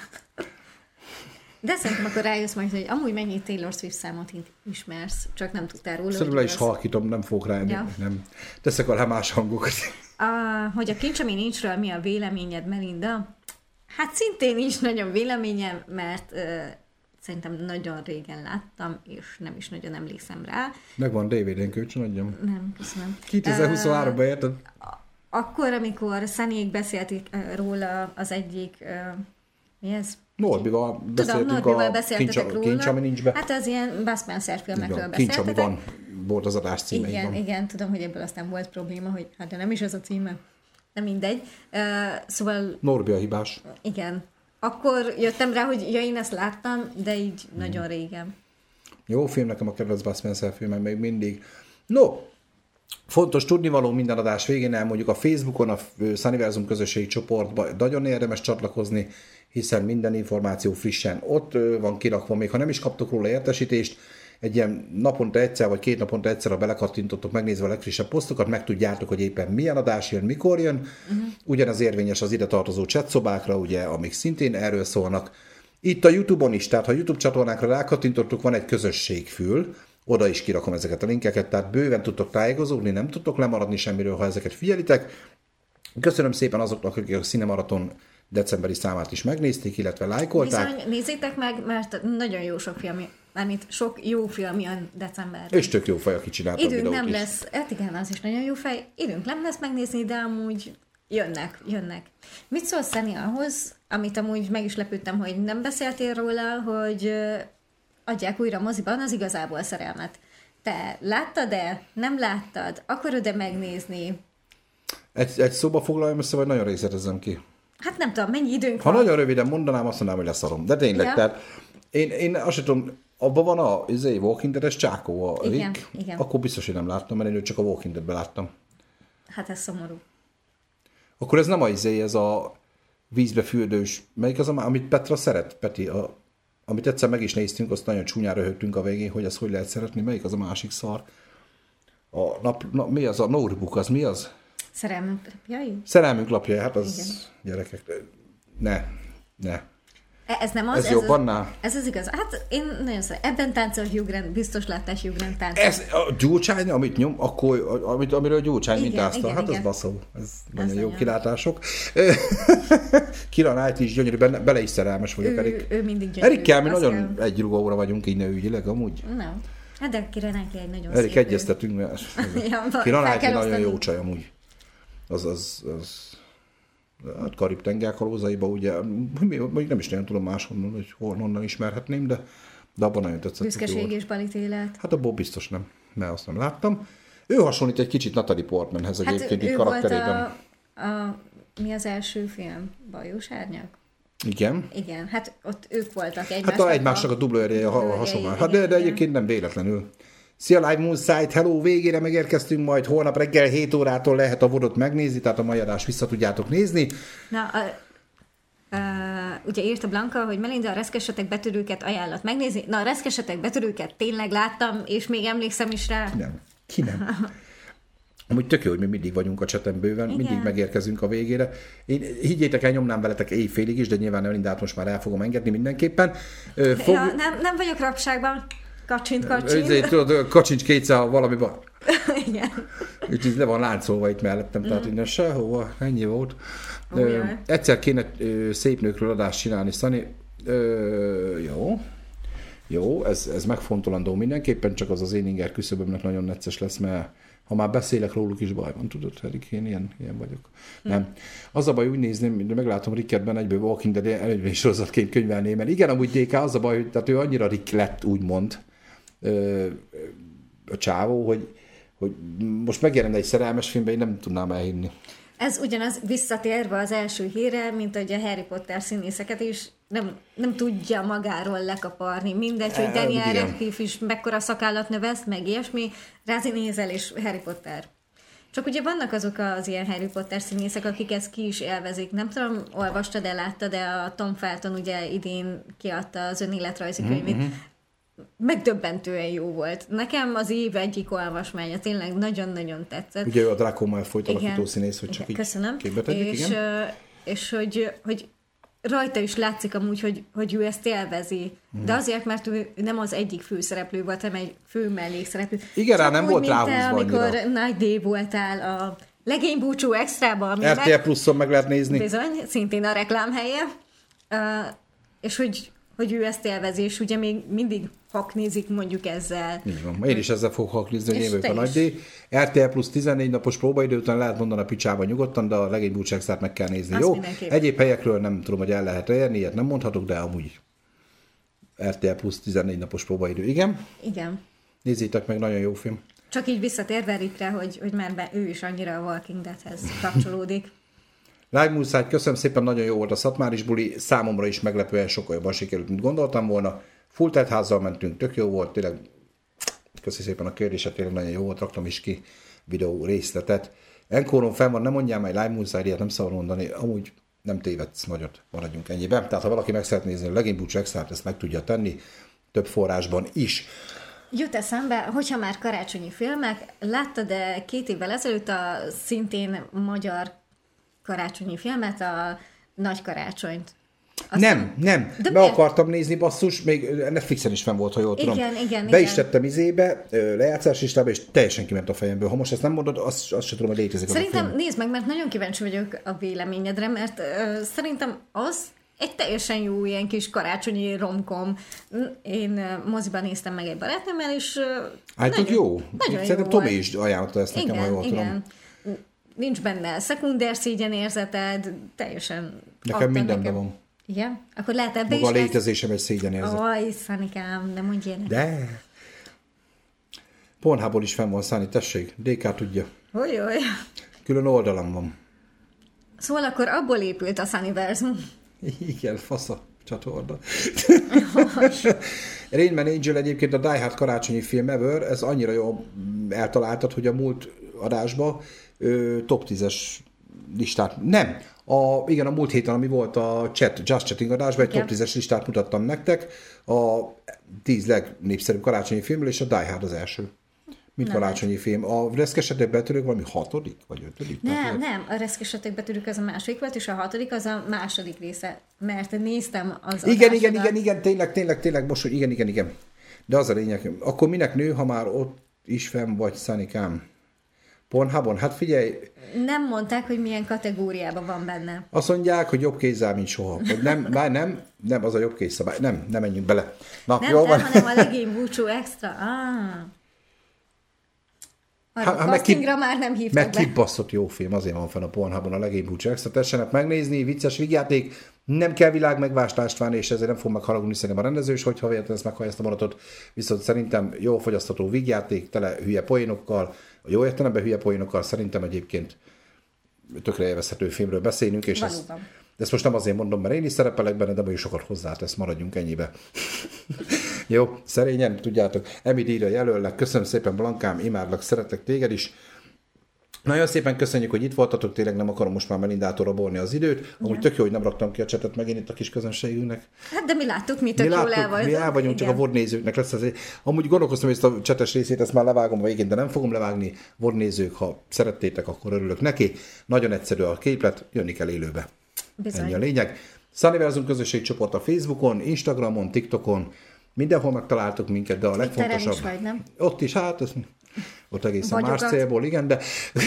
De szerintem akkor rájössz majd, hogy amúgy mennyi Taylor Swift számot ismersz, csak nem tudtál róla. Szerintem le is halkítom, nem fogok rájönni. Ja. Nem. Teszek alá más hangokat. Hogy a Kincs, ami nincsről mi a véleményed, Melinda? Hát szintén nincs nagyon véleményem, mert szerintem nagyon régen láttam, és nem is nagyon emlékszem rá. Megvan DVD-n, kölcsön adjam? Nem, köszönöm. 2023-ban érted? Akkor, amikor Sunnyék beszélték róla az egyik, mi ez? Norbival beszéltetek róla. Kincs, ami nincs be. Hát az ilyen Bud Spencer filmekről beszéltetek. Kincs, ami van, volt az adás címe. Igen, tudom, hogy ebből aztán volt probléma, hogy hát de nem is ez a címe. Nem mindegy. Szóval... Norbi a hibás. Igen. Akkor jöttem rá, hogy én ezt láttam, de így nagyon régen. Jó film, nekem a kedvenc Bud Spencer filmem még mindig. No, fontos tudnivaló, minden adás végén elmondjuk a Facebookon, a Sunnyverzum közösségi csoportban nagyon érdemes csatlakozni, hiszen minden információ frissen ott van kirakva, még ha nem is kaptok róla értesítést, egy ilyen naponta egyszer, vagy 2 naponta egyszer, ha belekattintottok, megnézve a legfrissebb posztokat, megtudjátok, hogy éppen milyen adás jön, mikor jön. Ugyanaz érvényes az ide tartozó chatszobákra, ugye, amik szintén erről szólnak. Itt a YouTube-on is, tehát ha YouTube csatornákra rákattintottuk, van egy közösségfül, oda is kirakom ezeket a linkeket, tehát bőven tudtok tájékozódni, nem tudtok lemaradni semmiről, ha ezeket figyelitek. Köszönöm szépen azoknak, akik a Cinemaraton decemberi számát is megnézték, illetve lájkolták. Bizony, nézzétek meg, mert nagyon jó sok film, mármint sok jó film jön decemberben. És tök jó fej, aki csinálta a Időnk videót nem is. lesz, hát igen, az is nagyon jó fej, időnk nem lesz megnézni, de amúgy jönnek. Mit szólsz, Szeni, ahhoz, amit amúgy meg is lepődtem, hogy nem beszéltél róla, hogy adják újra moziban az Igazából szerelmet. Te láttad-e? Nem láttad? Akarod-e megnézni? Egy szóba foglaljam össze, vagy nagyon részletezem ki? Hát nem tudom, mennyi időnk Ha van? nagyon röviden mondanám, azt mondanám, hogy leszarom. De tényleg, Ja. tehát én azt sem tudom, abban van a Walking Dead-es Csákó, a Igen, Rick, igen. akkor biztos, hogy nem láttam, mert én őt csak a Walking Dead-ben láttam. Hát ez szomorú. Akkor ez nem ez a vízbe fürdős, melyik az, amit Petra szeret, Peti, amit egyszer meg is néztünk, azt nagyon csúnyán röhögtünk a végén, hogy ezt hogy lehet szeretni, melyik az a másik szar? Mi az a notebook, az mi az? Szerelmünk lapjai? Szerelmünk lapja, hát az Igen. gyerekek, ne. Ez nem az? Ez jobb annál? Ez az igaz. Hát én nagyon szeretem. Ebben táncol Hugh Grant, biztos láttál Hugh Grant táncol. Ez a Gyurcsány, amit nyom, akkor, amiről Gyurcsány Igen, mintázta, igen, hát igen. ez baszó. Ez nagyon jó nagyon. kilátások. Kira Knight is gyönyörű, bele is szerelmes vagyok, Erik. Ő mindig gyönyörű. Erik kell, mi azt nagyon kell. egy rugóra vagyunk így nőügyileg, amúgy. Nem. Hát de Kira Knightley egy nagyon Erik, szép egyeztetünk, mert Ja, Kira fel Knightley kell nagyon osztani. jó csaj amúgy. Az hát Karib-tenger kalózaiba, ugye, még nem is nagyon tudom máshonnan, hogy honnan ismerhetném, de abban nagyon tetszett. Büszkeség hogy jó és balítélet. Hát abból biztos nem, mert azt nem láttam. Ő hasonlít egy kicsit Natalie Portmanhez egyébként, így ő volt karakterében. mi az első film? Bajós árnyak? Igen. Igen, hát ott ők voltak Hát egymásnak a dublőrje hasonló. Hát de egyébként nem véletlenül. Szia Live Moonside, hello, végére megérkeztünk, majd holnap reggel 7 órától lehet a vodot megnézni, tehát a mai adást vissza tudjátok nézni. Na, ugye írta Blanka, hogy Melinda, a reszkesetek betörőket ajánlott megnézni. Na, a reszkesetek betörőket tényleg láttam, és még emlékszem is rá. Ki nem? Amúgy tök jó, hogy mi mindig vagyunk a cseten bőven, Igen. mindig megérkezünk a végére. Én higgyétek el, nyomnám veletek éjfélig is, de nyilván Melindát most már el fogom engedni mindenképpen. Ja, nem vagyok rabságban. Kacsint. Tudod, kacsincs kétszer, ha valami van. Igen. Úgyhogy le van láncolva itt mellettem, tehát innen sehova, ennyi volt. Jaj. Egyszer kéne szép nőkről adást csinálni, Szani. Jó, ez megfontolandó mindenképpen, csak az én inger küszöbömnek nagyon necces lesz, mert ha már beszélek róluk is baj van, tudod, Erik, én ilyen vagyok. Nem. Az a baj, úgy nézném, de meglátom Ricketben egyből Walking Dead előnyben sorozatként könyvelném, mert igen, amúgy DK, az a baj, hogy tehát ő annyira Rick lett, úgymond, a csávó, hogy most megjelenne egy szerelmes filmben, én nem tudnám elhinni. Ez ugyanaz visszatérve az első hírre, mint hogy a Harry Potter színészeket is nem tudja magáról lekaparni. Mindegy, hogy Daniel igen. Radcliffe is mekkora szakállat növeszt, meg ilyesmi, Rázi Nézel és Harry Potter. Csak ugye vannak azok az ilyen Harry Potter színészek, akik ezt ki is élvezik. Nem tudom, olvastad-e, láttad-e, a Tom Felton ugye idén kiadta az önéletrajzi könyvét. Megdöbbentően jó volt. Nekem az év egyik olvasmánya tényleg nagyon-nagyon tetszett. Ugye ő a Draco Malfoy alakító színész, hogy csak így köszönöm. képbe tegyük, igen. És hogy rajta is látszik amúgy, hogy ő ezt élvezi. De azért, mert ő nem az egyik főszereplő volt, hanem egy fő mellékszereplő. Igen, rá Csak nem úgy, volt mint te, ráhúzva amikor annyira. Nagy D voltál a Legénybúcsú Extrában, ami RTL Pluszon meg lehet nézni. bizony, szintén a reklámhelye. És hogy ő ezt élvezi, és ugye még mindig haknézik mondjuk ezzel. Így van. Én is ezzel fogok haklizni, hogy És én vagyok te a Nagy D. RTL Plusz 14 napos próbaidő után lehet mondani a picsába nyugodtan, de a Legénybúcsú Extrát meg kell nézni. Azt Jó? mindenképp. Egyéb helyekről nem tudom, hogy el lehet érni, ilyet nem mondhatok, de amúgy RTL Plusz 14 napos próbaidő. Igen? Igen. Nézzétek meg, nagyon jó film. Csak így visszatérve Rickre, hogy már ő is annyira a Walking Deadhez kapcsolódik. Live Moonside, köszönöm szépen, nagyon jó volt a Szatmáris buli, számomra is meglepően sokkal jobban sikerült, mint gondoltam volna. Full házzal mentünk, tök jó volt, tényleg köszi szépen a kérdéset, tényleg nagyon jó volt, raktam is ki videó részletet. Enkoron fenn van, nem mondjál már Live Moonside, ilyet nem szabad mondani, amúgy nem tévedsz nagyot, maradjunk ennyiben. Tehát ha valaki meg szeret nézni a Legénybúcsú Extrát, ezt meg tudja tenni, több forrásban is. Jut eszembe, hogyha már karácsonyi filmek, láttad-e 2 évvel ezelőtt a szintén magyar karácsonyi filmet, a Nagy Karácsonyt? Nem. Be akartam nézni, basszus, még Netflixen is fenn volt, ha jól tudom. Be is tettem lejátszás listába, és teljesen kiment a fejemből. Ha most ezt nem mondod, azt sem tudom, hogy létezik. Szerintem nézd meg, mert nagyon kíváncsi vagyok a véleményedre, mert szerintem az egy teljesen jó ilyen kis karácsonyi romkom. Én moziban néztem meg egy barátnőmmel, és jó. Szerintem Tomi is ajánlotta ezt nekem, ha jól tudom. Nincs benne szekunder szégyenérzeted, teljesen... Nekem mindenben van. Igen? Akkor lehet ebbe is... Maga a létezésem egy szégyenérzet. Aj, Szanikám, nem mondj ilyenek. De... Pornhubból is fenn van, Szani, tessék. DK tudja. Ojoj. Külön oldalam van. Szóval akkor abból épült a Sunnyverzum. Igen, fasz a csatorna. Rain Man Angel egyébként a Die Hard karácsonyi film ever, ez annyira jó eltaláltad, hogy a múlt adásban top 10-es listát, nem, igen, a múlt héten, ami volt a Just Chatting adásban, egy top 10-es listát mutattam nektek, a 10 legnépszerűbb karácsonyi filmről, és a Die Hard az első. Mint karácsonyi film. A Reszkesetek betörők valami 6. vagy 5. Nem, a Reszkesetek betörők az a második volt, és a 6. az a második része, mert néztem az Igen, tényleg, most, hogy igen. De az a lényeg, akkor minek nő, ha már ott is fenn vagy, Szanikám? Pornhubon? Hát figyelj... Nem mondták, hogy milyen kategóriában van benne. Azt mondják, hogy jobb kézzel, mint soha. Nem, az a jobb kéz szabály. Nem menjünk bele. Na, nem, jó van. Hanem a legény búcsú extra. A castingra már nem hívtak be. Meg kibaszott jó film, azért van fenn a Pornhubon a legény búcsú extra. Tessenek megnézni, vicces vígjáték, nem kell világ megvástást várni, és ezért nem fog megharagudni szerintem a rendező is, hogyha véletlenül ezt meghallja ezt a mondatot. Viszont szerintem jó fogyasztható vígjáték, tele hülye poénokkal, a jó értelemben hülye poénokkal, szerintem egyébként tökre élvezhető filmről beszélünk, és ezt most nem azért mondom, mert én is szerepelek benne, de majd sokat hozzátesz, maradjunk ennyibe. Jó, szerényen, tudjátok, Emid írja jelöllek, köszönöm szépen Blankám, imádlak, szeretlek téged is. Nagyon szépen köszönjük, hogy itt voltatok, tényleg nem akarom most már Melindától rabolni az időt. Amúgy tök jó, hogy nem raktam ki a csetet megint itt a kis közönségünknek. Hát de mi láttuk, mi tök jól el vagy. Mi el vagyunk, csak a vodnézőknek lesz ez. Amúgy gondolkoztam, hogy ezt a csetes részét, ezt már levágom a végén, de nem fogom levágni. Vodnézők, ha szerettétek, akkor örülök neki. Nagyon egyszerű a képlet, jönni kell élőbe. Bizony. Ennyi a lényeg. Sunnyverzum közösségcsoport a Facebookon, Instagramon, TikTokon, mindenhol megtaláltok minket, de a legfontosabb... Is vagy, nem? Ott is, ott egészen más célból, igen, de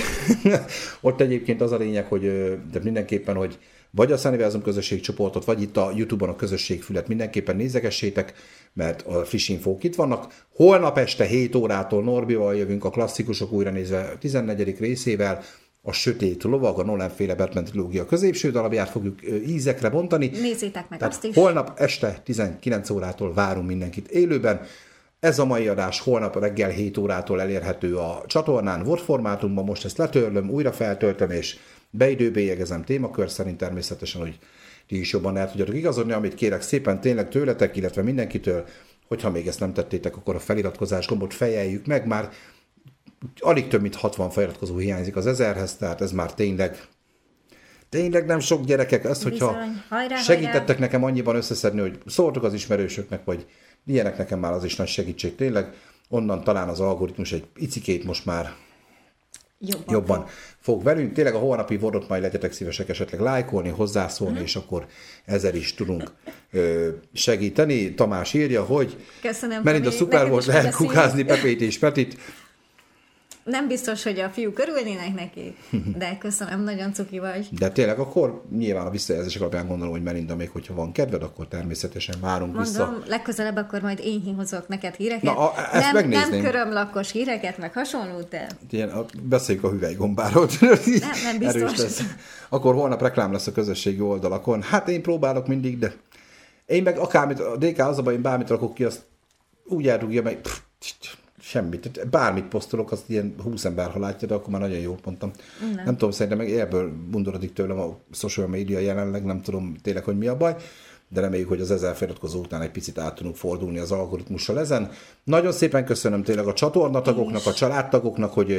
ott egyébként az a lényeg, hogy de mindenképpen, hogy vagy a Sunnyverzum közösségcsoportot, vagy itt a YouTube-on a közösségfület mindenképpen nézegessétek, mert a friss infók itt vannak. Holnap este 7 órától Norbival jövünk a klasszikusok újranézve 14. részével, a Sötét Lovag, a Nolan-féle Batman trilógia középső darabját fogjuk ízekre bontani. Nézzétek meg azt is. Holnap este 19 órától várunk mindenkit élőben. Ez a mai adás holnap reggel 7 órától elérhető a csatornán, Word formátumban, most ezt letörlöm, újra feltöltöm, és beidőbélyegezem témakör szerint természetesen, hogy ti is jobban el tudjatok igazodni, amit kérek szépen tényleg tőletek, illetve mindenkitől, hogyha még ezt nem tettétek, akkor a feliratkozás gombot fejeljük meg, már alig több mint 60 feliratkozó hiányzik az 1000-hez, tehát ez már tényleg nem sok, gyerekek, ezt, hogyha segítettek nekem annyiban összeszedni, hogy szóltok az ismerősöknek, vagy ilyenek, nekem már az is nagy segítség tényleg, onnan talán az algoritmus egy icikét most már jobban fog velünk. Tényleg a holnapi vodot majd legyetek szívesek esetleg lájkolni, hozzászólni, és akkor ezzel is tudunk segíteni. Tamás írja, hogy Melinda szuper volt, lehet kukázni Pepét és Petit. Nem biztos, hogy a fiúk örülnének neki, de köszönöm, nagyon cuki vagy. De tényleg akkor nyilván a visszajelzések alapján gondolom, hogy Melinda, még hogyha van kedved, akkor természetesen várunk vissza. Mondom, legközelebb akkor majd én hozok neked híreket. Na, ezt nem körömlakos híreket, meg hasonlót, de... Beszéljük a hüvelygombáról. Nem biztos. Akkor holnap reklám lesz a közösségi oldalakon. Hát én próbálok mindig, de én meg akármit, a DK az abban, én bármit rakok ki, azt úgy eldugja meg... Semmit. Bármit posztolok, azt ilyen 20 ember, ha látja, de akkor már nagyon jól mondtam. Nem tudom, szerintem meg ebből bundorodik tőlem a social media jelenleg, nem tudom tényleg, hogy mi a baj, de reméljük, hogy az 1000 feliratkozó után egy picit át tudunk fordulni az algoritmussal ezen. Nagyon szépen köszönöm tényleg a csatornatagoknak, a családtagoknak, hogy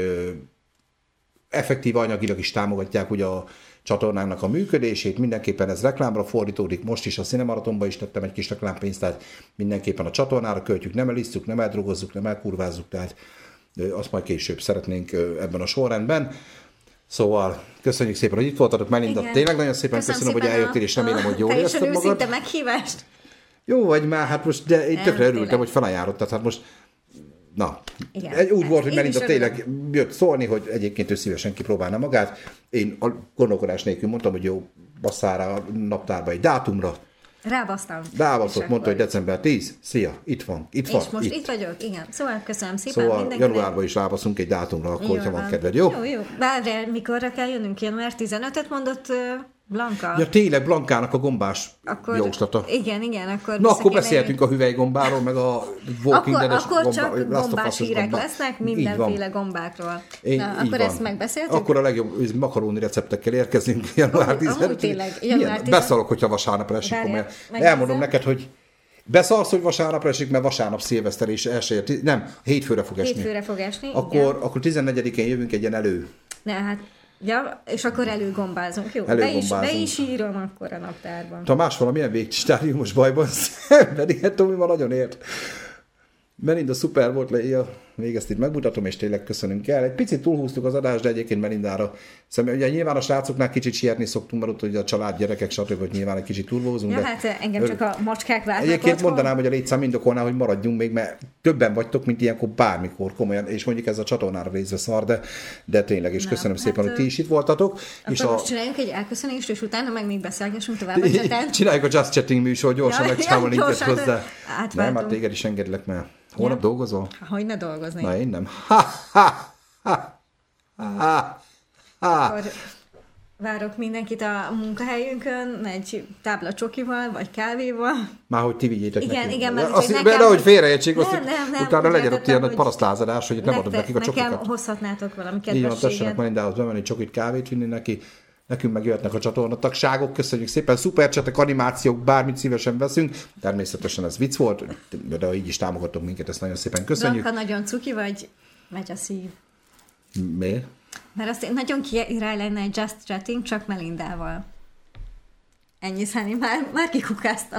effektív anyagilag is támogatják ugye a csatornának a működését, mindenképpen ez reklámra fordítódik, most is a Cinemaratonba is tettem egy kis reklámpénzt, tehát mindenképpen a csatornára költjük, nem elisszük, nem eldrogozzuk, nem elkurvázzuk, tehát azt majd később szeretnénk ebben a sorrendben. Szóval köszönjük szépen, hogy itt voltatok, Melinda. Igen. Tényleg nagyon szépen köszönöm hogy eljöttél, és remélem, hogy jól érzted magad. Teljesen őszinte meghívást. Jó vagy már, hát most, de én tökre örültem, hogy felajánlott, tehát hát most, na, igen, úgy volt, hogy Melinda tényleg jött szólni, hogy egyébként ő szívesen kipróbálna magát. Én a gondolkodás nélkül mondtam, hogy jó, basszára a naptárba egy dátumra. Rábasztott, mondta, hogy december 10. Szia, itt van. És most itt vagyok, igen. Szóval köszönöm szépen mindenkinek. Januárban is rábaszunk egy dátumra, akkor, ha van kedved, jó? Jó. Várj, mikorra kell jönnünk? Január 15-öt mondott Blanka? Ja, tényleg Blankának a gombás jóslata. Igen, akkor... Na, akkor beszélhetünk a hüvelygombáról, meg a Walking Dead-es Akkor csak gombás hírek lesznek, mindenféle gombákról. Akkor ezt megbeszéltük? Akkor a legjobb makaróni receptekkel érkezünk január 15-ig. Tényleg, január 15-ig. Beszarok, hogyha vasárnapra esik. Elmondom neked, hogy beszarsz, hogy vasárnapra esik, mert vasárnap szilveszter és hétfőre fog esni. Hétfőre fog esni, akkor 14-én jövünk egy ilyen elő. Ja, és akkor előgombázunk. Jó, be is írom akkor a naptárban. Tamás valamilyen végcstádiumos bajban szenvedik, hát Tomi ma nagyon ért. Melinda szuper volt, még ezt itt megmutatom, és tényleg köszönünk el. Egy picit túlhúztuk az adást, de egyébként Melindára. Ugye nyilván a srácoknál kicsit sietni szoktunk, mert ott ugye a család, gyerekek, stb. Hogy nyilván egy kicsit túlhúzunk. Ja, hát engem csak a macskák várnak. Egyébként mondanám, hogy a létszám indokolná, hogy maradjunk még, mert többen vagytok, mint ilyenkor bármikor komolyan, és mondjuk ez a csatornára részve szar, de tényleg, és köszönöm szépen, hogy ti is itt voltatok. És most csináljuk egy elköszönést, és utána meg még beszélgessünk tovább a chatán. Csináljuk a Just Chatting műsor, gyorsan megcsinálom linket hozzá. Nem, hát téged is engedlek, mert holnap dolgozol? Hogy ne dolgozni? Na, én nem. Akkor várok mindenkit a munkahelyünkön egy tábla csokival, vagy kávéval. Már hogy ti vigyétek igen, nekünk. Igen, mert de hogy félreértsék, nem, utána legyen ott ilyen parasztlázadás, hogy itt nem adod nekik a csokikat. Nekem hozhatnátok valami kedvességet. Így van, tessenek Melindához bemenni, csokit, kávét vinni neki. Nekünk meg jöhetnek a csatornatagságok, köszönjük szépen, szupercsetek, animációk, bármit szívesen veszünk. Természetesen ez vicc volt, de így is támogatok minket, ezt nagyon szépen köszönjük. Blanka, nagyon cuki vagy, megy a szív. Miért? Mert azt nagyon király lenne egy Just Chatting, csak Melindával. Ennyi Száni, már kikukáztam.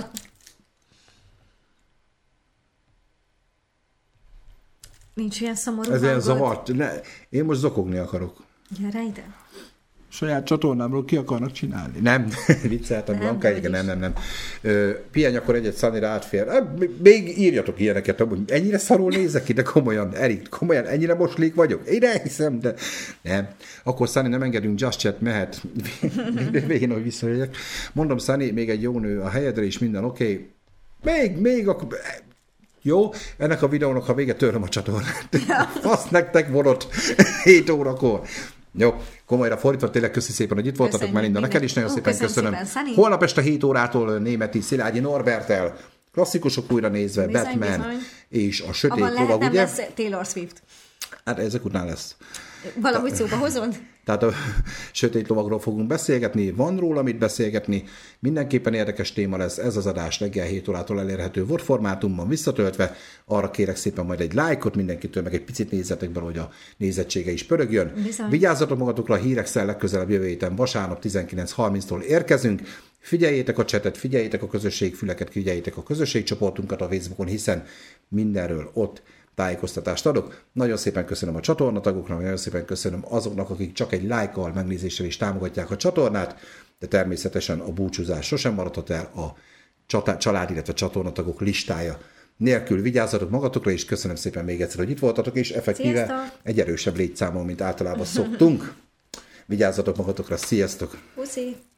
Nincs ilyen szomorú ez ilyen zavart. Én most zokogni akarok. Gyere ide. Saját csatornámról ki akarnak csinálni. Nem, vicceltem, Blankáig, nem. Pihenj akkor egyet Szanira átfér. Még írjatok ilyeneket, hogy ennyire szarul nézek ki, de komolyan, Erik, komolyan, ennyire moslék vagyok. Én elhiszem, de nem. Akkor Szani, nem engedünk, Just Chat mehet. Végén, hogy visszajöjjek. Mondom, Szani, még egy jó nő a helyedre is, minden oké. Még akkor... Jó, ennek a videónak, ha vége, töröm a csatornát. Fasz nektek vonott 7 órakor. Jó, komolyra fordítva, tényleg köszi szépen, hogy itt voltatok, Melinda. Neked is nagyon szépen köszönöm. Holnap este 7 órától Németi Szilágyi Norberttel, klasszikusok újra nézve, bizony, Batman és a Sötét Lovag, ugye? Nem lesz Taylor Swift. Hát ezek után lesz. Valahogy szóba hozod? Tehát a Sötét Lovagról fogunk beszélgetni, van róla mit beszélgetni, mindenképpen érdekes téma lesz, ez az adás reggel 7 órától elérhető Word formátumban visszatöltve, arra kérek szépen majd egy lájkot mindenkitől, meg egy picit nézzetek be, hogy a nézettsége is pörögjön. Bizony. Vigyázzatok magatokra, a hírek legközelebb jövő héten vasárnap 19:30-tól érkezünk. Figyeljétek a csetet, figyeljétek a közösségfüleket, figyeljétek a közösségcsoportunkat a Facebookon, hiszen mindenről ott tájékoztatást adok. Nagyon szépen köszönöm a csatornatagoknak, nagyon szépen köszönöm azoknak, akik csak egy lájkkal, megnézéssel is támogatják a csatornát, de természetesen a búcsúzás sosem maradhat el, a család, illetve csatornatagok listája nélkül. Vigyázzatok magatokra, és köszönöm szépen még egyszer, hogy itt voltatok, és effektíve sziasztok. Egy erősebb létszámon, mint általában szoktunk. Vigyázzatok magatokra, sziasztok! Puszi!